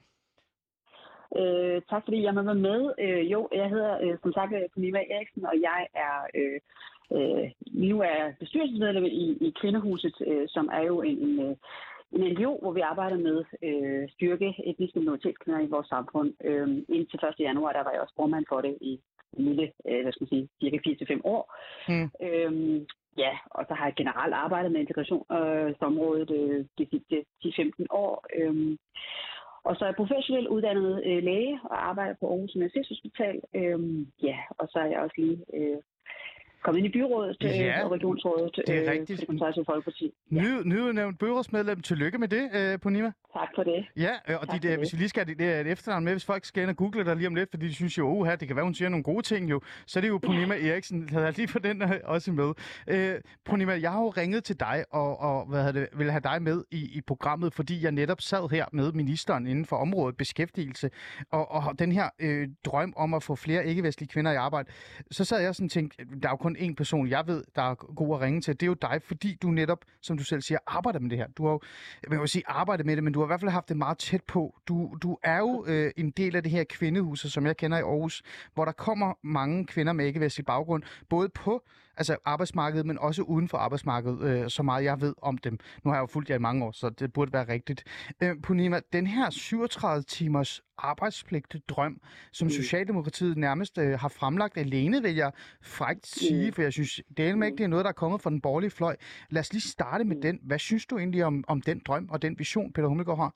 Øh, tak fordi jeg må være med. Øh, jo, jeg hedder øh, som sagt Pernille Eriksen, og jeg er øh, øh, nu er bestyrelsesmedlem i, i Kvindehuset, øh, som er jo en, en, en N G O, hvor vi arbejder med øh, styrke etniske minoritetskvinder i vores samfund. Øh, indtil første januar, der var jeg også formand for det i en lille, øh, hvad skal man sige, cirka fire til fem år. Mm. Øh, ja, og så har jeg generelt arbejdet med integrationsområdet øh, de sidste ti til femten år. Øh, Og så er jeg professionelt uddannet øh, læge og arbejder på Aarhus Universitetshospital. Øhm, ja, og så er jeg også lige øh, kommet ind i byrådet ja, øh, og regionsrådet det er øh, rigtigt. for det konservative folkeparti. Ja. Ny, nyudnævnt byrådsmedlem. Tillykke med det, øh, Purnima. Tak for det. Ja, og tak dit, hvis vi lige skal have det, det efternavn med, hvis folk skal ind og google dig lige om lidt, fordi de synes jo, oha, det kan være, hun siger nogle gode ting jo, så er det jo Purnima Eriksen, der er lige for den også med. Øh, Purnima, jeg har jo ringet til dig og, og hvad hedder det, vil have dig med i, i programmet, fordi jeg netop sad her med ministeren inden for området beskæftigelse, og, og den her øh, drøm om at få flere ikke-vestlige kvinder i arbejde. Så sad jeg sådan og tænkte, der er jo kun én person, jeg ved, der er god at ringe til. Det er jo dig, fordi du netop, som du selv siger, arbejder med det her. Du har jo, jeg vil sige, arbejdet med det, men du har i hvert fald haft det meget tæt på. Du, du er jo øh, en del af det her kvindehus, som jeg kender i Aarhus, hvor der kommer mange kvinder med ikke-vestlig baggrund, både på altså arbejdsmarkedet, men også uden for arbejdsmarkedet, øh, så meget jeg ved om dem. Nu har jeg jo fulgt jer i mange år, så det burde være rigtigt. Øh, Purnima, den her syvogtredive timers arbejdspligt drøm, som mm. Socialdemokratiet nærmest øh, har fremlagt alene, vil jeg frækt sige, mm. for jeg synes, det er ikke det er noget, der er kommet fra den borgerlige fløj. Lad os lige starte med mm. den. Hvad synes du egentlig om, om den drøm og den vision, Peter Hummelgaard har?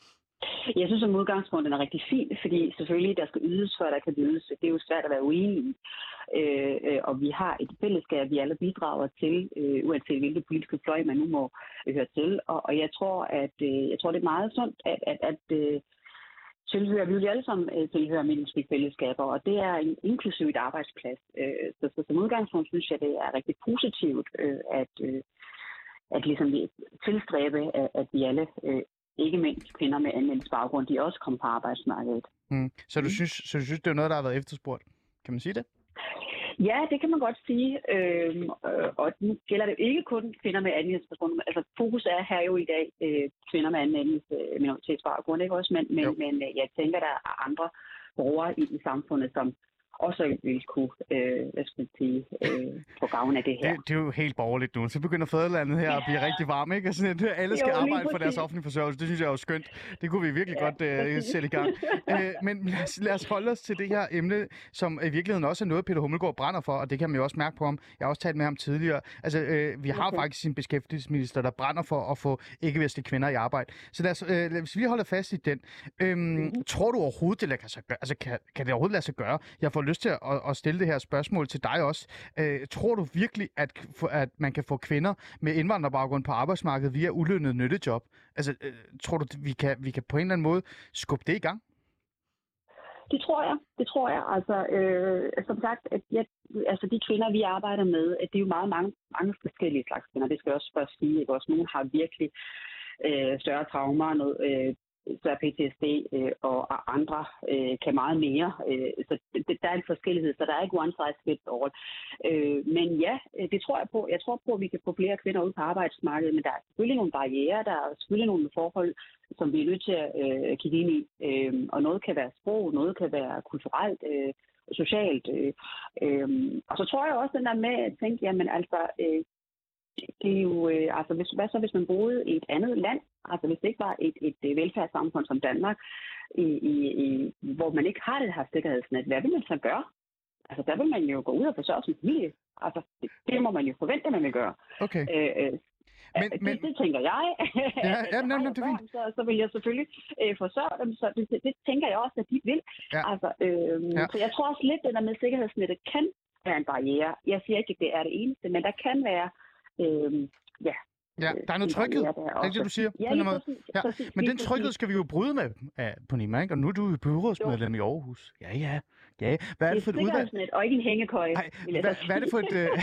Jeg synes, som udgangspunkt, den er rigtig fin, fordi selvfølgelig, der skal ydes, før der kan ydes. Det er jo svært at være uenig i. Øh, øh, og vi har et fællesskab, vi alle bidrager til, øh, uanset hvilke politiske fløj man nu må øh, høre til. Og, og jeg tror, at øh, jeg tror, det er meget sundt, at, at, at øh, tilhører, vi vil alle sammen øh, tilhøre meningsfulde fællesskaber, og det er en inklusivt arbejdsplads. Øh, så, så som udgangspunkt synes jeg, det er rigtig positivt, øh, at, øh, at ligesom vi tilstræbe, at, at vi alle øh, ikke mindst kvinder med anden baggrund, de også kommer på arbejdsmarkedet. Mm. Så, du synes, så du synes, det er noget, der har været efterspurgt? Kan man sige det? Ja, det kan man godt sige. Øhm, øh, og nu gælder det ikke kun kvinder med anden baggrund. Altså fokus er her jo i dag øh, kvinder med anden øh, minoritetsbaggrund, ikke også? Men, men, men jeg tænker, der er andre borgere i, i samfundet, som også vil kunne, øh, hvad skal man sige, øh, få gavn af det her. Det, det er jo helt borgerligt nu. Så begynder fædrelandet her at blive rigtig varm, ikke? Altså, alle skal jo, arbejde for deres offentlige forsørgelse. Det synes jeg er jo skønt. Det kunne vi virkelig ja, godt øh, sætte i gang. Æ, men lad os, lad os holde os til det her emne, som i virkeligheden også er noget, Peter Hummelgaard brænder for, og det kan man jo også mærke på ham. Jeg har også talt med ham tidligere. Altså, øh, vi har okay. faktisk en beskæftigelsesminister, der brænder for at få ikke-vestlige kvinder i arbejde. Så lad os, øh, lad os lige holde fast i den. Øhm, mm-hmm. Tror du overhovedet, det kan sig gøre? Altså, kan, kan det overhovedet lade sig gøre? Jeg får lyst til at, at stille det her spørgsmål til dig også. Øh, tror du virkelig, at, at man kan få kvinder med indvandrerbaggrund på arbejdsmarkedet via ulønnet nyttejob? Altså, øh, tror du, vi kan, vi kan på en eller anden måde skubbe det i gang? Det tror jeg. Det tror jeg. Altså, øh, som sagt, at jeg, altså de kvinder, vi arbejder med, at det er jo meget mange, mange forskellige slags kvinder. Det skal jeg også først sige. Ikke? Også nogle har virkelig øh, større traumer, noget, øh, så er P T S D øh, og andre øh, kan meget mere. Øh, så det, der er en forskellighed, så der er ikke one size fits all. Øh, men ja, det tror jeg på. Jeg tror på, at vi kan få flere kvinder ud på arbejdsmarkedet, men der er selvfølgelig nogle barrierer, der er selvfølgelig nogle forhold, som vi er nødt til at øh, kigge ind i. Øh, og noget kan være sprog, noget kan være kulturelt, øh, socialt. Øh, øh, og så tror jeg også, den der med at tænke, jamen altså, øh, det er jo, øh, altså hvis, hvad så hvis man boede i et andet land, altså hvis det ikke var et, et, et velfærdssamfund som Danmark, i, i, i, hvor man ikke har det her sikkerhedsnet, hvad vil man så gøre? Altså der vil man jo gå ud og forsørge sin familie. Altså det, det må man jo forvente, man vil gøre. Okay. Øh, men, det, men... det tænker jeg. Ja, ja, nej, nej, det er fint. Så, så vil jeg selvfølgelig øh, forsørge dem, så det, det tænker jeg også, at de vil. Ja. Altså, øh, ja. Så jeg tror også lidt, at det der med sikkerhedsnettet kan være en barriere. Jeg siger ikke, at det er det eneste, men der kan være, øh, ja, Ja, der er noget tryghed, det er det, du siger. Ja, på en lige måde. præcis, Ja. præcis, Men lige den tryghed præcis. skal vi jo bryde med, uh, på Nima, ikke? Og nu er du jo byrådsmedlem i Aarhus. Ja, ja. Ja, hvad er det for et udvalg? Det er og ikke en hængekøje. Nej, hvad, hvad er det for et... Øh...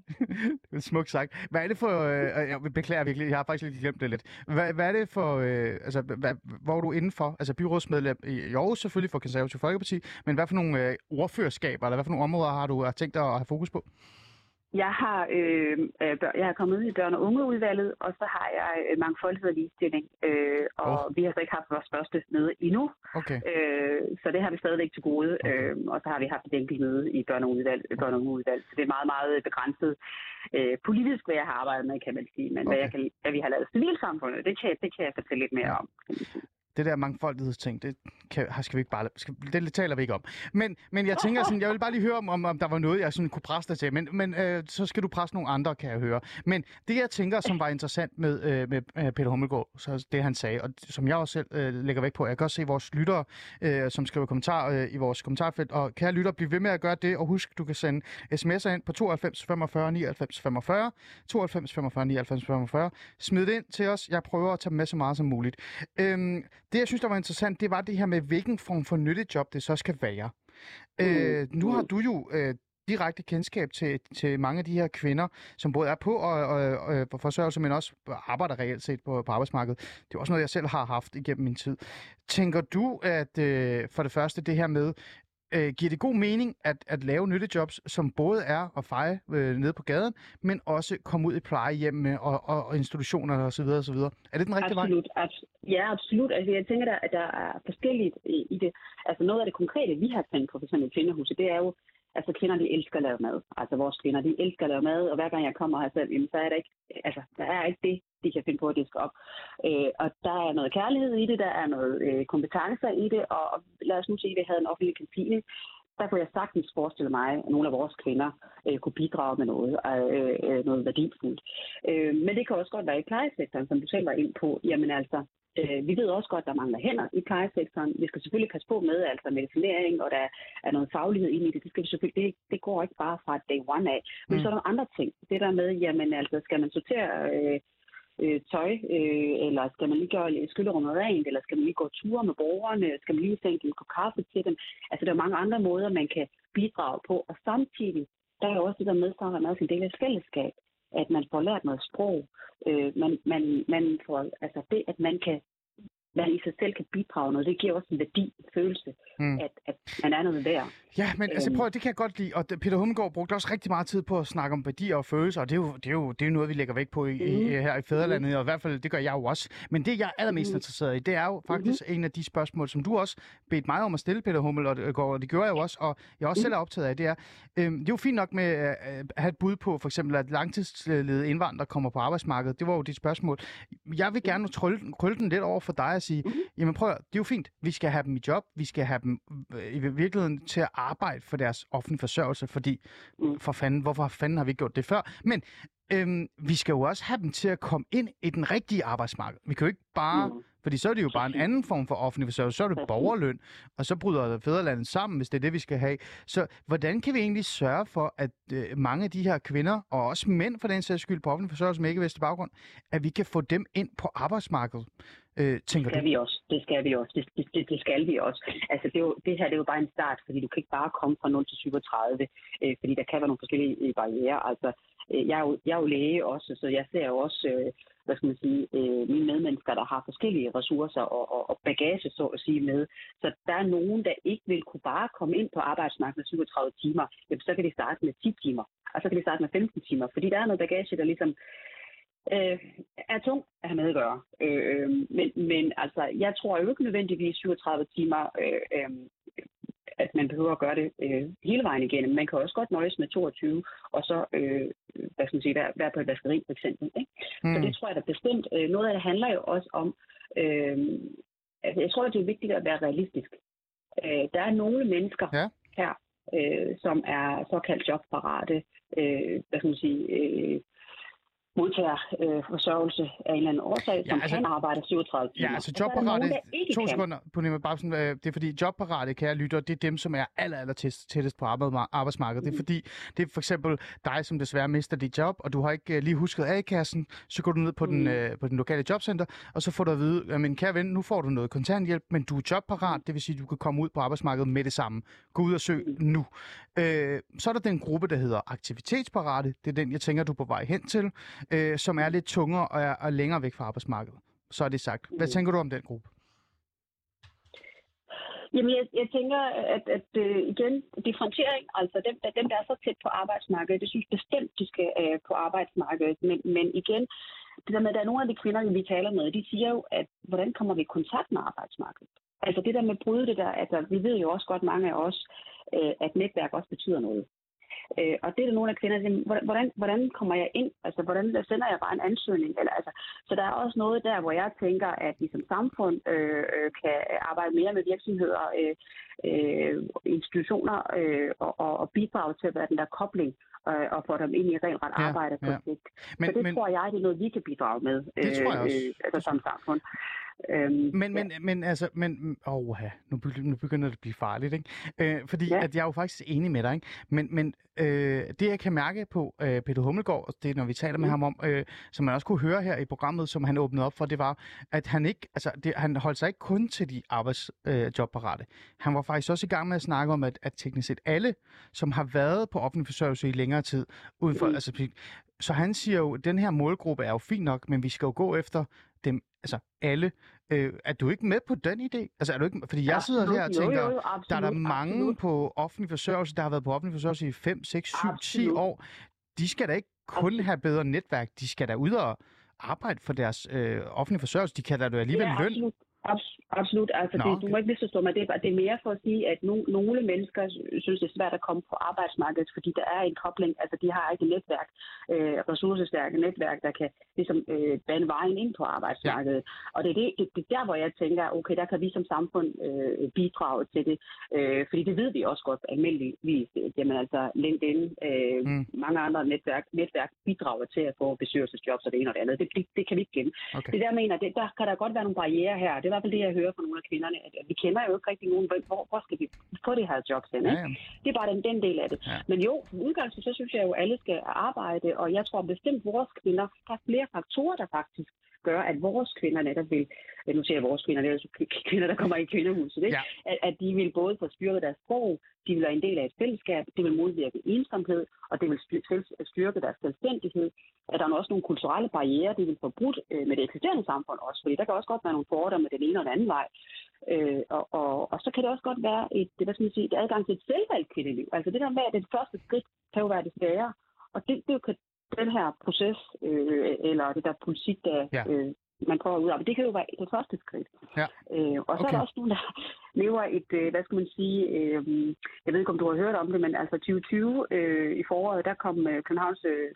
det er smukt sagt. Hvad er det for... Øh... Jeg beklager virkelig, jeg har faktisk lidt glemt det lidt. Hvad, hvad er det for... Øh... Altså, hvad, hvor er du indenfor? Altså, byrådsmedlem i Aarhus selvfølgelig for Konservative Folkeparti, men hvad for nogle øh, ordførerskaber, eller hvad for nogle områder har du tænkt dig at have fokus på? Jeg har, øh, bør, jeg har kommet ud i børn- og ungeudvalget, og så har jeg øh, mangfoldighed og ligestilling. Øh, og oh. vi har så ikke haft vores første møde endnu, okay. øh, så det har vi stadigvæk til gode. Okay. Øh, og så har vi haft et enkelt møde i børn- og ungeudvalget, børn- og ungeudvalget. Så det er meget, meget begrænset øh, politisk, hvad jeg har arbejdet med, kan man sige. Men okay. hvad, jeg kan, hvad vi har lavet civilsamfundet, det kan, det kan jeg fortælle lidt mere ja. om, kan man sige. Det der mangfoldighedsting, det kan, skal vi ikke bare, skal, det taler vi ikke om. Men, men jeg tænker sådan, jeg vil bare lige høre, om, om der var noget, jeg sådan kunne presse dig til. Men, men øh, så skal du presse nogle andre, kan jeg høre. Men det, jeg tænker, som var interessant med, øh, med øh, Peter Hummelgaard, så det han sagde, og som jeg også selv øh, lægger væk på, jeg kan også se vores lyttere, øh, som skriver kommentarer øh, i vores kommentarfelt. Og kære lytter, bliv ved med at gøre det, og husk, du kan sende sms'er ind på tooghalvfems femogfyrre nioghalvfems femogfyrre, tooghalvfems femogfyrre nioghalvfems femogfyrre. Smid det ind til os. Jeg prøver at tage med så meget som muligt. Øhm, Det, jeg synes, der var interessant, det var det her med, hvilken form for nyttejob det så skal være. Mm. Øh, nu har du jo øh, direkte kendskab til, til mange af de her kvinder, som både er på og, og, og, og forsørgelse, men også arbejder reelt set på, på arbejdsmarkedet. Det er også noget, jeg selv har haft igennem min tid. Tænker du, at øh, for det første det her med, Øh, giver det god mening at, at lave nyttejobs, som både er at feje øh, nede på gaden, men også komme ud i plejehjemme og, og, og institutioner og så videre og så videre. Er det den rigtige absolut, vej? Abs- ja, absolut. Altså, jeg tænker, at der er forskelligt i, i det. Altså noget af det konkrete, vi har tænkt på for eksempel kvindehuset, det er jo, altså kvinder, de elsker at lave mad. Altså vores kvinder, de elsker at lave mad, og hver gang jeg kommer her selv, så er der ikke, altså, der er ikke det, de kan finde på at diske op. Øh, og der er noget kærlighed i det, der er noget øh, kompetencer i det, og, og lad os nu sige, at vi havde en offentlig kantine. Der kunne jeg sagtens forestille mig, at nogle af vores kvinder øh, kunne bidrage med noget, øh, øh, noget værdifuldt. Øh, men det kan også godt være i plejesektoren, som du selv var ind på. Jamen altså, øh, vi ved også godt, at der mangler hænder i plejesektoren. Vi skal selvfølgelig passe på med altså medicinering, og der er noget faglighed inde i det. Det, skal vi selvfølgelig, det, det går ikke bare fra day one af. Men mm. så er der andre ting. Det der med, jamen altså, skal man sortere Øh, Øh, tøj, øh, eller skal man lige gøre skylderummet rent, eller skal man lige gå ture med borgerne, skal man lige sænke en kop kaffe til dem. Altså, der er mange andre måder, man kan bidrage på, og samtidig, der er jo også det der med, at man også en del af fællesskab, at man får lært noget sprog. Øh, man, man, man får, altså det, at man kan man i sig selv kan bidrage noget, det giver også en værdi, en følelse, mm. at, at man er noget værd. Ja, men altså prøv, det kan jeg godt lide, og Peter Hummelgaard brugte også rigtig meget tid på at snakke om værdier og følelser, og det er jo, det er jo, det er jo noget, vi lægger væk på i, mm. i, her i Fædrelandet, og i hvert fald, det gør jeg jo også. Men det, jeg er allermest mm. interesseret i, det er jo faktisk mm. en af de spørgsmål, som du også bedte mig om at stille, Peter Hummelgaard, og det gør jeg jo også, og jeg også mm. selv er optaget af, det er, øhm, det er jo fint nok med at have et bud på, for eksempel, at langtidsledede indvandrere kommer på arbejdsmarkedet. Det var jo dit spørgsmål. Jeg vil gerne krølle den lidt over for dig og sige, mm. jamen prøv, det er jo fint. Vi skal have dem i job. Vi skal have dem i virkeligheden til at arbejde for deres offentlige forsørgelse, fordi for fanden, hvorfor fanden har vi gjort det før? Men øhm, vi skal jo også have dem til at komme ind i den rigtige arbejdsmarked. Vi kan jo ikke bare, fordi så er det jo bare en anden form for offentlig forsørgelse. Så er det borgerløn, og så bryder Fædrelandet sammen, hvis det er det, vi skal have. Så hvordan kan vi egentlig sørge for, at øh, mange af de her kvinder, og også mænd for den sags skyld på offentlig forsørgelse med ikke-vestlig baggrund, at vi kan få dem ind på arbejdsmarkedet? Øh, tænker det skal du? vi også. Det skal vi også. Det, det, det skal vi også. Altså, det, er jo, det her det er jo bare en start, fordi du kan ikke bare komme fra nul til syvogtredive, øh, fordi der kan være nogle forskellige barrierer. Altså, øh, jeg, er jo, jeg er jo læge også, så jeg ser jo også, øh, hvad skal man sige, øh, mine medmennesker, der har forskellige ressourcer og, og, og bagage, så at sige, med. Så der er nogen, der ikke vil kunne bare komme ind på arbejdsmarkedet med syvogtredive timer. Jamen, så kan de starte med ti timer, og så kan de starte med femten timer, fordi der er noget bagage, der ligesom Øh, er tung at have med at gøre. Øh, men, men altså, jeg tror jo ikke nødvendigvis syvogtredive timer, øh, øh, at man behøver at gøre det øh, hele vejen igennem. Man kan også godt nøjes med toogtyve, og så øh, hvad skal man sige, være, være på et vaskeri for eksempel. Ikke? Mm. Så det tror jeg da bestemt. Øh, noget af det handler jo også om, øh, altså, jeg tror, at det er vigtigt at være realistisk. Øh, der er nogle mennesker ja. her, øh, som er såkaldt jobparate, øh, hvad skal man sige, øh, modtager øh, forsørgelse af en eller anden årsag, som ja, altså, kan arbejde syvogtredive timer. Ja, altså jobparate, to sekunder på nemlig bare sådan, øh, det er fordi jobparate, kære lytter, det er dem, som er aller, aller tættest på arbejdsmarkedet. Mm. Det er fordi, det er for eksempel dig, som desværre mister dit job, og du har ikke øh, lige husket A-kassen, så går du ned på, mm. den, øh, på den lokale jobcenter, og så får du at vide, at min kære ven, nu får du noget kontanthjælp, men du er jobparat, det vil sige, at du kan komme ud på arbejdsmarkedet med det samme. Gå ud og søg mm. nu. Øh, så er der den gruppe, der hedder aktivitetsparate, det er den, jeg tænker, du er på vej hen til, øh, som er lidt tungere og er, er længere væk fra arbejdsmarkedet. Så er det sagt. Hvad mm. tænker du om den gruppe? Jamen, jeg, jeg tænker, at, at uh, igen, differentiering, altså dem, dem, der er så tæt på arbejdsmarkedet, det synes bestemt, de skal uh, på arbejdsmarkedet. Men, men igen, det der med, at der er nogle af de kvinder, vi taler med, de siger jo, at hvordan kommer vi i kontakt med arbejdsmarkedet? Altså det der med at bryde det der, altså vi ved jo også godt, mange af os, uh, at netværk også betyder noget. Øh, og det er der nogle af kvinderne, der siger, hvordan, hvordan kommer jeg ind? Altså, hvordan sender jeg bare en ansøgning? Eller, altså, så der er også noget der, hvor jeg tænker, at vi som samfund øh, kan arbejde mere med virksomheder, øh, øh, institutioner øh, og, og bidrage til at være den der kobling øh, og få dem ind i rent ret arbejde ja, på ja. sigt. Men, så det men, tror jeg, det er noget, vi kan bidrage med det øh, tror jeg også. Øh, altså, som samfund. Øhm, men, men, ja. men altså, men, åh, nu, nu begynder det at blive farligt, ikke? Øh, fordi ja. at jeg er jo faktisk enig med dig, ikke? Men, men øh, det jeg kan mærke på øh, Peter Hummelgaard, det når vi taler med mm. ham om, øh, som man også kunne høre her i programmet, som han åbnede op for, det var, at han ikke, altså, det, han holdt sig ikke kun til de arbejdsjobparate. Øh, han var faktisk også i gang med at snakke om, at, at teknisk set alle, som har været på offentlig forsørgelse i længere tid, uden for, mm. altså, så han siger jo, at den her målgruppe er jo fin nok, men vi skal jo gå efter dem, altså alle. Øh, er du ikke med på den idé? Altså er du ikke, fordi jeg sidder her og tænker, jo, jo, absolut, der er der mange absolut. på offentlig forsørgelse, der har været på offentlig forsørgelse i fem, seks, syv, ti år. De skal da ikke kun absolut. have bedre netværk, de skal da ud og arbejde for deres øh, offentlige forsørgelse. De kan da jo alligevel ja, løn. Absolut. Altså, Nå, det, okay. Du må ikke misforstå mig. Det er, det er mere for at sige, at no, nogle mennesker synes, det er svært at komme på arbejdsmarkedet, fordi der er en kobling. Altså, de har ikke et netværk, øh, ressourcestærke netværk, der kan ligesom øh, bane vejen ind på arbejdsmarkedet. Ja. Og det er, det, det, det er der, hvor jeg tænker, okay, der kan vi som samfund øh, bidrage til det. Øh, fordi det ved vi også godt almindeligvis. Jamen altså, LinkedIn, øh, mm. mange andre netværk, netværk bidrager til at få bestyrelsesjobs og det ene og det andet. Det, det, det kan vi ikke gemme. Okay. Det der mener, det, der kan der godt være nogle barrierer her. Det er i hvert fald det, jeg hører fra nogle af kvinderne, at vi kender jo ikke rigtig nogen, hvor, hvor skal vi få det her jobs hen, ikke? Ja, ja. Det er bare den, den del af det. Ja. Men jo, som udgangspunkt, så synes jeg jo, at alle skal arbejde, og jeg tror bestemt, vores kvinder, der er flere faktorer, der faktisk gør, at vores kvinder netop vil, nu siger jeg vores kvinder, det er altså kvinder, der kommer i kvindehuset, ikke? Ja. At, at de vil både få styrket deres sprog, de vil være en del af et fællesskab, det vil modvirke ensomhed, og det vil styrke deres selvstændighed. At der er også nogle kulturelle barrierer, de vil få brudt øh, med det eksisterende samfund også, fordi der kan også godt være nogle fordomme med den ene og den anden vej. Øh, og, og, og så kan det også godt være et, hvad skal man sige, et adgang til et selvvalgt kvindeliv. Altså det der med, at det første skridt kan jo være det svære, og det, det kan den her proces, øh, eller det der politik, der ja. øh, man prøver ud af, det kan jo være det første skridt. Ja. Øh, og så okay. er der også nogen, der lever et, øh, hvad skal man sige, øh, jeg ved ikke, om du har hørt om det, men altså tyve tyve øh, i foråret, der kom øh, Københavns øh,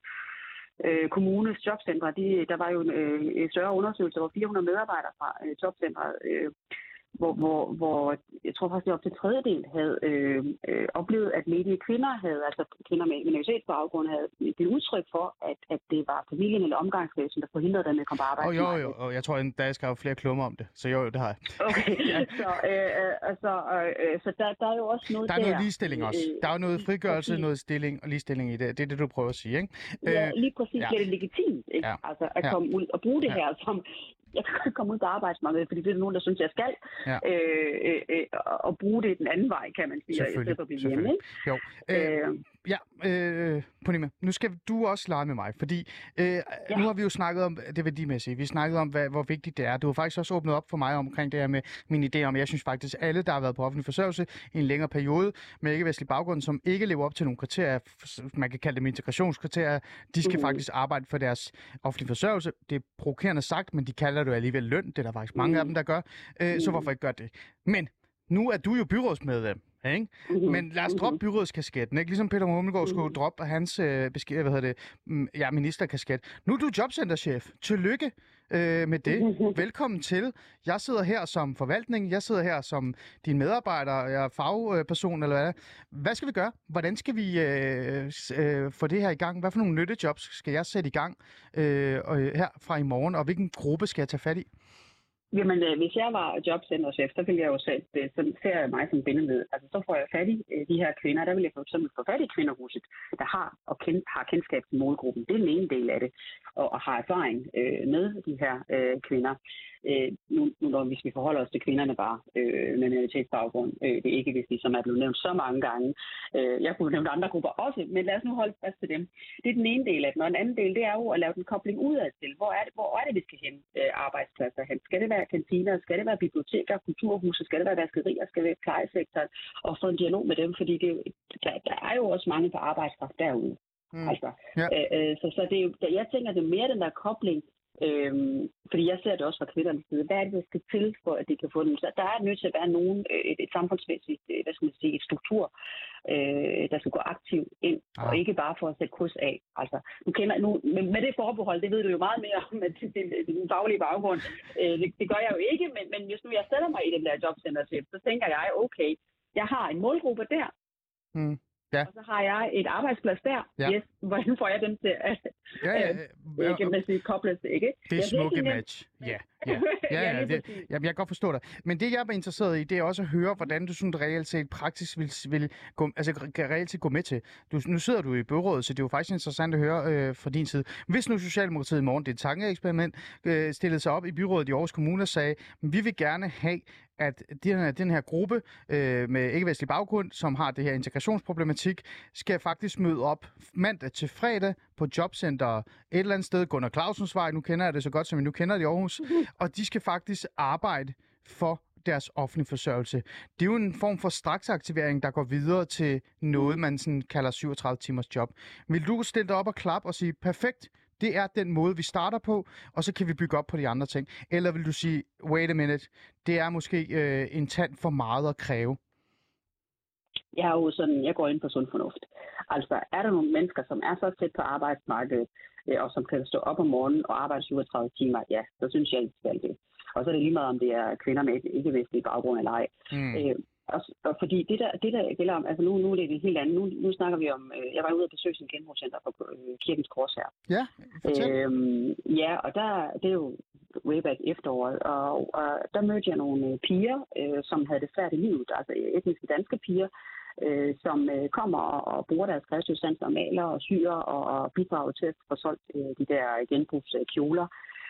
øh, Kommunes jobcentre, de, der var jo en, øh, en større undersøgelse, hvor fire hundrede medarbejdere fra øh, jobcentret, øh, Hvor, hvor, hvor jeg tror faktisk, at op til tredjedel havde øh, øh, oplevet, at ledige kvinder havde, altså kvinder med minoritetsbaggrund, havde det udtryk for, at, at det var familien eller omgangskredsen, der forhindrede dem med at komme på arbejdsmarkedet. Oh, jo, jo, og jeg tror, at der skal jo flere klummer om det, så jo, jo, det har jeg. Okay, ja. så, øh, altså, øh, så der, der er jo også noget der. Der er noget der. ligestilling også. Der er jo noget frigørelse, præcis. noget stilling og ligestilling i det. Det er det, du prøver at sige, ikke? Ja, lige præcis. Ja. Det er legitimt, ikke? Ja. Altså at komme ja. ud og bruge det ja. her som... Jeg kan ikke komme ud på arbejdsmarkedet, fordi det er nogen, der synes, jeg skal. Ja. Øh, øh, og bruge det den anden vej, kan man sige. Selvfølgelig. Og hjemme, ikke? Jo. Øh, øh, ja, øh, Purnima, nu skal du også lege med mig, fordi øh, ja. nu har vi jo snakket om det værdimæssige. Vi snakket om, hvad, hvor vigtigt det er. Du har faktisk også åbnet op for mig omkring det her med min idé om, jeg synes faktisk, alle, der har været på offentlig forsørgelse i en længere periode med ikke-vestlig baggrund, som ikke lever op til nogle kriterier, man kan kalde dem integrationskriterier, de skal mm. faktisk arbejde for deres offentlige forsørgelse. Det er provokerende sagt, men de kalder det alligevel løn. Det er der faktisk mange mm. af dem, der gør. Øh, mm. Så hvorfor ikke gøre det? Men nu er du jo byrådsmedlem. Ikke? Mm-hmm. Men lad os droppe byrådskasketten, ikke? Ligesom Peter Hummelgaard skulle mm-hmm. droppe hans øh, besked, hvad hedder det, ja, ministerkasket. Nu er du jobcenterchef. Tillykke øh, med det. Mm-hmm. Velkommen til. Jeg sidder her som forvaltning, jeg sidder her som din medarbejder, jeg er fagperson eller hvad. Hvad skal vi gøre? Hvordan skal vi øh, øh, få det her i gang? Hvad for nogle nyttejobs skal jeg sætte i gang øh, her fra i morgen, og hvilken gruppe skal jeg tage fat i? Jamen, øh, hvis jeg var jobcenterchef, så ville jeg jo sætte, øh, så ser jeg mig som bindeled. Altså, så får jeg fat i øh, de her kvinder. Der vil jeg for eksempel få fat i Kvinderhuset, der har og kend, har kendskab til målgruppen. Det er den ene del af det, og, og har erfaring øh, med de her øh, kvinder. Øh, nu, nu når, hvis vi forholder os til kvinderne bare øh, med minoritetsbaggrund, øh, det er ikke hvis de, som er blevet nævnt så mange gange. Øh, jeg kunne nævne andre grupper også, men lad os nu holde fast til dem. Det er den ene del af det. Og den anden del, det er jo at lave den kobling udad til. Hvor er det, hvor er det vi skal hen øh, arbejdspladser hen? Skal det være kantiner, skal det være biblioteker, kulturhuse, skal det være vaskerier, skal det være plejesektoren, og få en dialog med dem, fordi det, der, der er jo også mange på arbejdskraft derude. Mm. Altså, ja. øh, så, så det er jo, jeg tænker, det er mere den der kobling, øhm, fordi jeg ser det også fra kvindernes side. Hvad er det, der skal til, for at de kan få dem? Så der er nødt til at være nogen, et, et samfundsmæssigt, hvad skal man sige, et struktur, øh, der skal gå aktivt ind, ah. og ikke bare for at sætte kryds af. Altså, nu kender, nu, med, med det forbehold, det ved du jo meget mere om, at det, det, det, den faglige baggrund. Øh, det, det gør jeg jo ikke, men, men hvis nu jeg sætter mig i den der jobcenterchef, så tænker jeg, okay, jeg har en målgruppe der, mm. Ja. Og så har jeg et arbejdsplads der. Ja. Yes. Hvordan får jeg dem til at ja, ja, ja. Øh, kan man sige, kobles, ikke? Det er smukke match. Ja, ja. Ja, ja, ja, det, jamen, jeg kan godt forstå dig. Men det, jeg er interesseret i, det er også at høre, hvordan du sådan reelt set praktisk vil, vil gå, altså, kan reelt set gå med til. Du, nu sidder du i byrådet, så det er jo faktisk interessant at høre øh, fra din side. Hvis nu Socialdemokratiet i morgen, det er et tankeeksperiment, øh, stillede sig op i byrådet i Aarhus Kommune og sagde, vi vil gerne have, at den her, den her gruppe øh, med ikke-vestlig baggrund, som har det her integrationsproblematik, skal faktisk møde op mandag til fredag på jobcenter et eller andet sted, Gunnar Clausens Vej, nu kender jeg det så godt, som vi nu kender det i Aarhus, og de skal faktisk arbejde for deres offentlige forsørgelse. Det er jo en form for straksaktivering, der går videre til noget, man sådan kalder syvogtredive timers job. Vil du stille dig op og klappe og sige, perfekt, det er den måde, vi starter på, og så kan vi bygge op på de andre ting? Eller vil du sige, wait a minute, det er måske øh, en tand for meget at kræve? Jeg er jo sådan, jeg går ind på sund fornuft. Altså, er der nogle mennesker, som er så tæt på arbejdsmarkedet, øh, og som kan stå op om morgenen og arbejde syvogtredive timer, ja, så synes jeg, at de skal det. Og så er det lige meget, om det er kvinder med ikke-vestlig baggrund eller ej. Mm. Øh, og, og fordi det der, det der gælder om, altså nu, nu er det helt andet. Nu, nu snakker vi om, øh, jeg var ude at besøge sin genbrugscenter på øh, Kirkens Kors her. Ja, fortæl. Øhm, ja, og der, det er jo way back efteråret, og, og der mødte jeg nogle øh, piger, øh, som havde det svært i livet, altså etniske danske piger, øh, som øh, kommer og, og bruger deres kreative sans og maler og syr og, og bidrager til at få solgt øh, de der genbrugskjoler.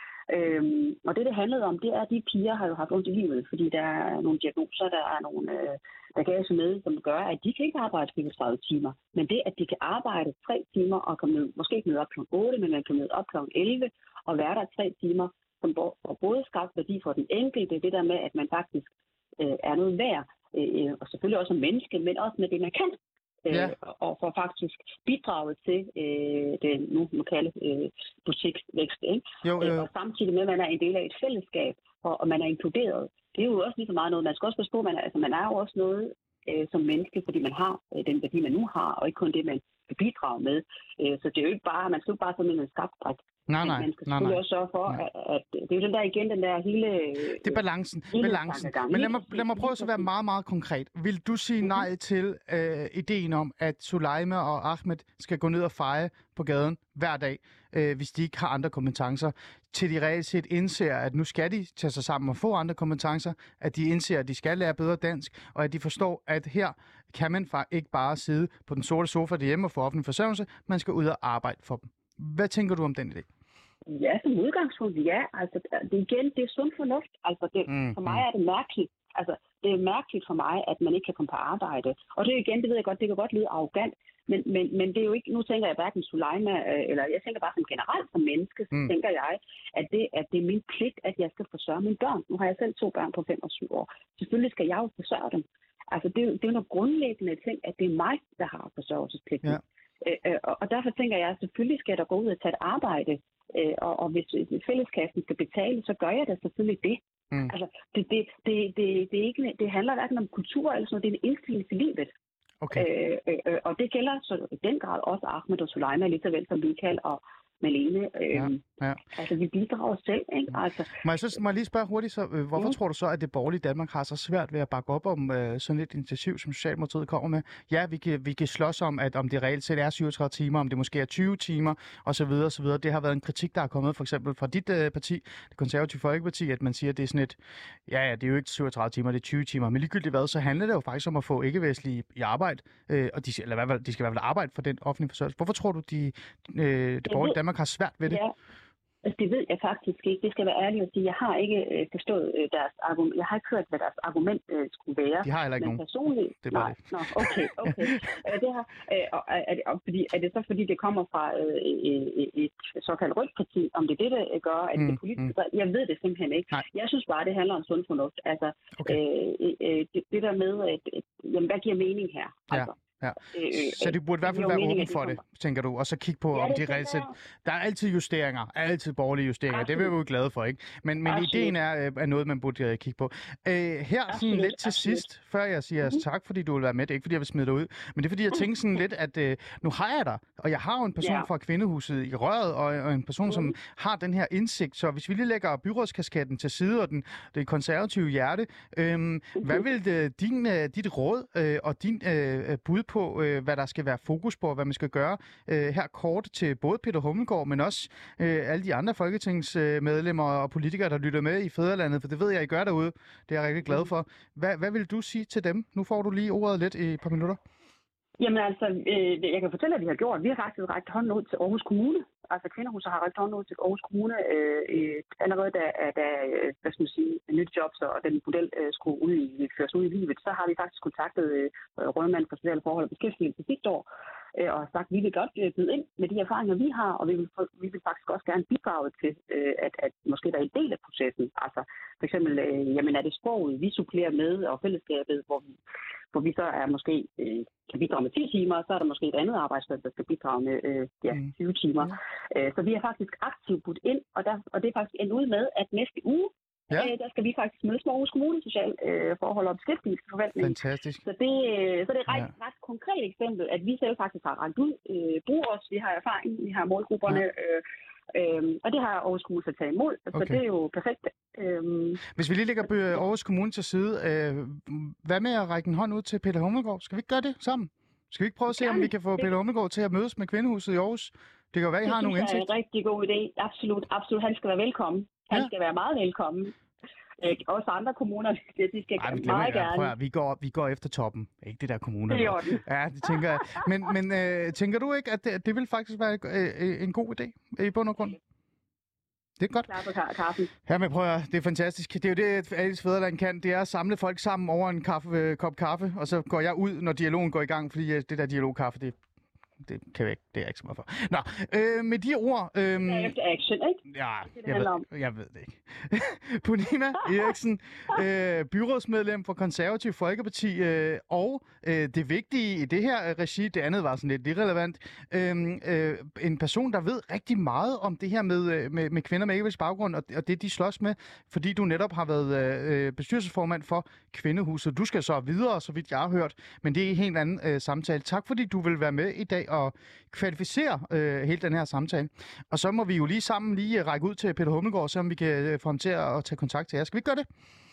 Øhm, og det, det handlede om, det er, at de piger har jo haft ondt i livet, fordi der er nogle diagnoser, der er nogle, øh, der gav sig med, som gør, at de kan ikke arbejde fireogtredive timer. Men det, at de kan arbejde tre timer og komme ned, måske ikke møde op klokken otte, men man kan møde op klokken elleve og være der tre timer, som får både skabt værdi for den enkelte, det der med, at man faktisk øh, er noget værd, øh, og selvfølgelig også som menneske, men også med det, man kan. Ja. Øh, og for faktisk bidraget til øh, det nu lokale øh, butiksvækst. Ikke? Jo, jo. Øh, og samtidig med, at man er en del af et fællesskab, og, og man er inkluderet. Det er jo også lige så meget noget. Man skal også forstå, at man er, altså, man er jo også noget øh, som menneske, fordi man har øh, den værdi, man nu har, og ikke kun det, man kan bidrage med. Øh, så det er jo ikke bare, man skal jo ikke bare sådan en skabsbræk. Nej, nej. Man skal selvfølgelig nej, nej. også sørge for, at, at det er jo den der igen, den der hele... Det er balancen. balancen. Men lad mig, lad mig prøve at være meget, meget konkret. Vil du sige mm-hmm. nej til øh, ideen om, at Suleima og Ahmed skal gå ned og feje på gaden hver dag, øh, hvis de ikke har andre kompetencer, til de reelt set indser, at nu skal de tage sig sammen og få andre kompetencer, at de indser, at de skal lære bedre dansk, og at de forstår, at her kan man ikke bare sidde på den sorte sofa derhjemme og få offentlig forsørgelse, man skal ud og arbejde for dem. Hvad tænker du om den idé? Ja, som udgangspunkt, ja. Altså, det igen, det er sund fornuft. Altså, det, mm, for mig er det mærkeligt. Altså, det er mærkeligt for mig, at man ikke kan komme på arbejde. Og det er igen, det ved jeg godt, det kan godt lyde arrogant, men, men, men det er jo ikke, nu tænker jeg hverken Suleima, eller jeg tænker bare som generelt som menneske, så mm. tænker jeg, at det, at det er min pligt, at jeg skal forsørge mine børn. Nu har jeg selv to børn på fem og syv år. Selvfølgelig skal jeg jo forsørge dem. Altså, det er, det er jo noget grundlæggende ting, at det er mig, der har forsørgelsespligten. Ja. Øh, og derfor tænker jeg, at selvfølgelig skal der gå ud og tage et arbejde, øh, og, og hvis fælleskassen skal betale, så gør jeg da selvfølgelig det. Mm. Altså, det, det, det, det, det, er ikke, det handler hverken om kultur eller sådan noget, det er en indstilling til livet. Okay. Øh, øh, og det gælder så i den grad også Ahmed og Soleima, lige så vel som Michael og Malene. Øh, ja, ja. Altså, vi bidrager selv, ikke? Altså, må, jeg så, må jeg lige spørge hurtigt så, øh, hvorfor mm. tror du så, at det borgerlige Danmark har så svært ved at bakke op om øh, sådan et initiativ, som Socialdemokratiet kommer med? Ja, vi kan, vi kan slås om, at om det reelt set er syvogtredive timer, om det måske er tyve timer, osv. osv. Det har været en kritik, der er kommet for eksempel fra dit øh, parti, det Konservative Folkeparti, at man siger, at det er sådan et, ja, ja, det er jo ikke syvogtredive timer, det er tyve timer, men ligegyldigt hvad, så handler det jo faktisk om at få ikke-vestlige i arbejde, øh, og de, eller i hvert fald, de skal i hvert fald arbejde for den offentlige forsørgelse. Hvorfor tror du, de, øh, det borgerlige Danmark har svært ved det? Ja. Altså, det ved jeg faktisk ikke. Det skal være ærligt at sige. Jeg har ikke øh, forstået øh, deres argument. Jeg har ikke hørt, hvad deres argument øh, skulle være. De har heller ikke men nogen. Personligt, det er bare nej. Nå, okay, okay. øh, det har, øh, og, er, det, og fordi, er det så fordi, det kommer fra øh, et såkaldt rødt parti? Om det er det, det gør? Er det mm, det politiske? Mm. Jeg ved det simpelthen ikke. Nej. Jeg synes bare, det handler om sund fornuft. Altså, okay. øh, øh, det, det der med, at, at jamen, hvad giver mening her? Altså, ja. Ja. Så det burde i hvert fald være åben for det, tænker du, og så kigge på, ja, om de reelt set... Der er altid justeringer, altid borgerlige justeringer, absolut. Det er vi jo glade for, ikke? Men, men ideen er, er noget, man burde uh, kigge på. Uh, her absolut, sådan lidt til absolut. sidst, før jeg siger mm-hmm. tak, fordi du vil være med, det er ikke fordi, jeg vil smide dig ud, men det er fordi, jeg tænker sådan lidt, at uh, nu har jeg dig, og jeg har jo en person yeah. fra Kvindehuset i Røret, og, og en person, mm. som har den her indsigt, så hvis vi lige lægger byrådskasketten til side, og den, det konservative hjerte, øhm, mm-hmm. hvad vil det, din, uh, dit råd uh, og din uh, bud på, uh, hvad der skal være fokus på, hvad man skal gøre øh, her kort til både Peter Hummelgaard, men også øh, alle de andre folketingsmedlemmer og politikere, der lytter med i Fædrelandet, for det ved jeg, I gør derude. Det er jeg rigtig glad for. Hvad, hvad vil du sige til dem? Nu får du lige ordet lidt i et par minutter. Jamen altså, øh, jeg kan fortælle, at vi har gjort. Vi har faktisk rækket hånden ud til Aarhus Kommune. Altså Kvindehuset har rækket hånden ud til Aarhus Kommune øh, allerede da, da hvad skal man sige, nyt jobs og den model øh, skulle ud i, føres ud i livet. Så har vi faktisk kontaktet øh, rådmanden for sociale forhold og beskæftigelse sidste år øh, og sagt, at vi vil godt øh, byde ind med de erfaringer, vi har, og vi vil, vi vil faktisk også gerne bidrage til, øh, at, at måske der er en del af processen. Altså for eksempel, øh, jamen er det sproget, vi supplerer med, og fællesskabet, hvor vi, hvor vi så er måske øh, kan bidrage med ti timer, og så er der måske et andet arbejdsplads, der skal bidrage med øh, ja, tyve timer. Ja. Så vi har faktisk aktivt budt ind, og, der, og det er faktisk endt ud med, at næste uge, ja. øh, der skal vi faktisk mødes med Aarhus Kommune Social øh, forhold og beskæftigelsesforvaltning. Fantastisk. Så det, øh, så det er et ret, ja. ret konkret eksempel, at vi selv faktisk har rakt ud, øh, bruger os, vi har erfaring, vi har målgrupperne, ja. øh, øh, og det har Aarhus Kommune så taget imod, okay. Så det er jo perfekt. Øh, Hvis vi lige lægger Aarhus Kommune til side, øh, hvad med at række en hånd ud til Peter Hummelgaard? Skal vi ikke gøre det sammen? Skal vi ikke prøve at se, om vi kan få Peter Hummelgaard til at mødes med Kvindehuset i Aarhus? Det kan jo være, I har nogle indsigt. Det er en rigtig god idé. Absolut, absolut. Han skal være velkommen. Han ja. skal være meget velkommen. Øh, også andre kommuner, de skal Ej, glemmer, meget gerne. Prøv at, vi, går, vi går efter toppen. Ikke det der kommuner. Det er det. Ja, det tænker jeg. Men, men øh, tænker du ikke, at det, det vil faktisk være øh, en god idé i bund og grund? Det er godt. Klar på kaffen. Ja, men prøv at, det er fantastisk. Det er jo det, Alice Fædreland kan. Det er at samle folk sammen over en kaffe, øh, kop kaffe, og så går jeg ud, når dialogen går i gang, fordi det der dialogkaffe, det Det kan jeg ikke, det er jeg ikke så meget for. Nå, øh, med de ord... Øh, det er efter action, ikke? Ja, det, jeg, ved, jeg ved det ikke. Punima Eriksen, øh, byrådsmedlem for Konservative Folkeparti, øh, og øh, det vigtige i det her regi, det andet var sådan lidt irrelevant, øh, øh, en person, der ved rigtig meget om det her med, med, med kvinder med ikkevestlig baggrund, og, og det de slås med, fordi du netop har været øh, bestyrelsesformand for Kvindehuset. Du skal så videre, så vidt jeg har hørt, men det er en helt anden øh, samtale. Tak fordi du vil være med i dag og kvalificere øh, hele den her samtale. Og så må vi jo lige sammen lige række ud til Peter Hummelgaard, så om vi kan øh, få ham til at, at tage kontakt til jer. Skal vi ikke gøre det?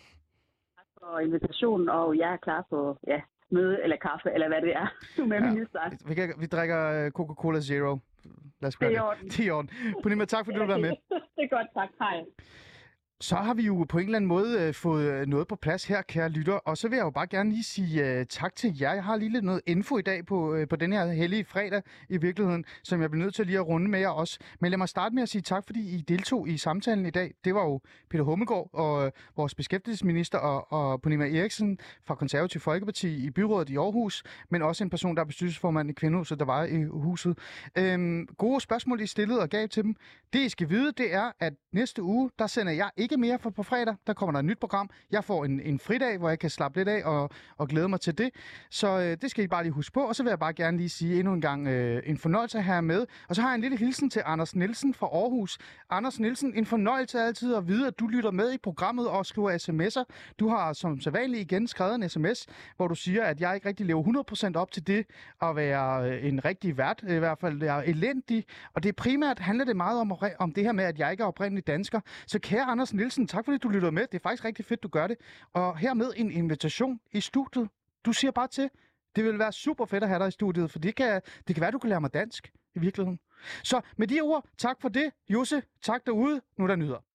Tak for invitationen, og jeg er klar på ja, møde eller kaffe, eller hvad det er. Du med ja. minister. Vi, kan, vi drikker Coca-Cola Zero. Lad os gøre det. Det er i orden. Punima, tak fordi du var med. Det er godt, tak. Hej. Så har vi jo på en eller anden måde øh, fået noget på plads her, kære lytter. Og så vil jeg jo bare gerne lige sige uh, tak til jer. Jeg har lige lidt noget info i dag på, uh, på den her hellige fredag i virkeligheden, som jeg bliver nødt til lige at runde med jer også. Men lad mig starte med at sige tak, fordi I deltog i samtalen i dag. Det var jo Peter Hummelgaard og uh, vores beskæftigelsesminister og, og Punima Eriksen fra Konservative Folkeparti i byrådet i Aarhus, men også en person, der er bestyrelsesformand i Kvindehuset, der var i huset. Øhm, gode spørgsmål, I stillede og gav til dem. Det, I skal vide, det er, at næste uge, der sender jeg ikke ikke mere, for på fredag, der kommer der et nyt program. Jeg får en, en fridag, hvor jeg kan slappe lidt af og, og glæde mig til det. Så øh, det skal I bare lige huske på. Og så vil jeg bare gerne lige sige endnu en gang øh, en fornøjelse at have med. Og så har jeg en lille hilsen til Anders Nielsen fra Aarhus. Anders Nielsen, en fornøjelse altid at vide, at du lytter med i programmet og skriver sms'er. Du har som sædvanligt igen skrevet en sms, hvor du siger, at jeg ikke rigtig lever hundrede procent op til det at være en rigtig vært. I hvert fald jeg er elendig. Og det er primært handler det meget om, om det her med, at jeg ikke er oprindelig dansker. Så kære Anders Nielsen, tak fordi du lytter med. Det er faktisk rigtig fedt, du gør det. Og hermed en invitation i studiet. Du siger bare til, det vil være super fedt at have dig i studiet, for det kan, det kan være, du kan lære mig dansk i virkeligheden. Så med de ord, tak for det. Josse, tak derude. Nu er der nyheder.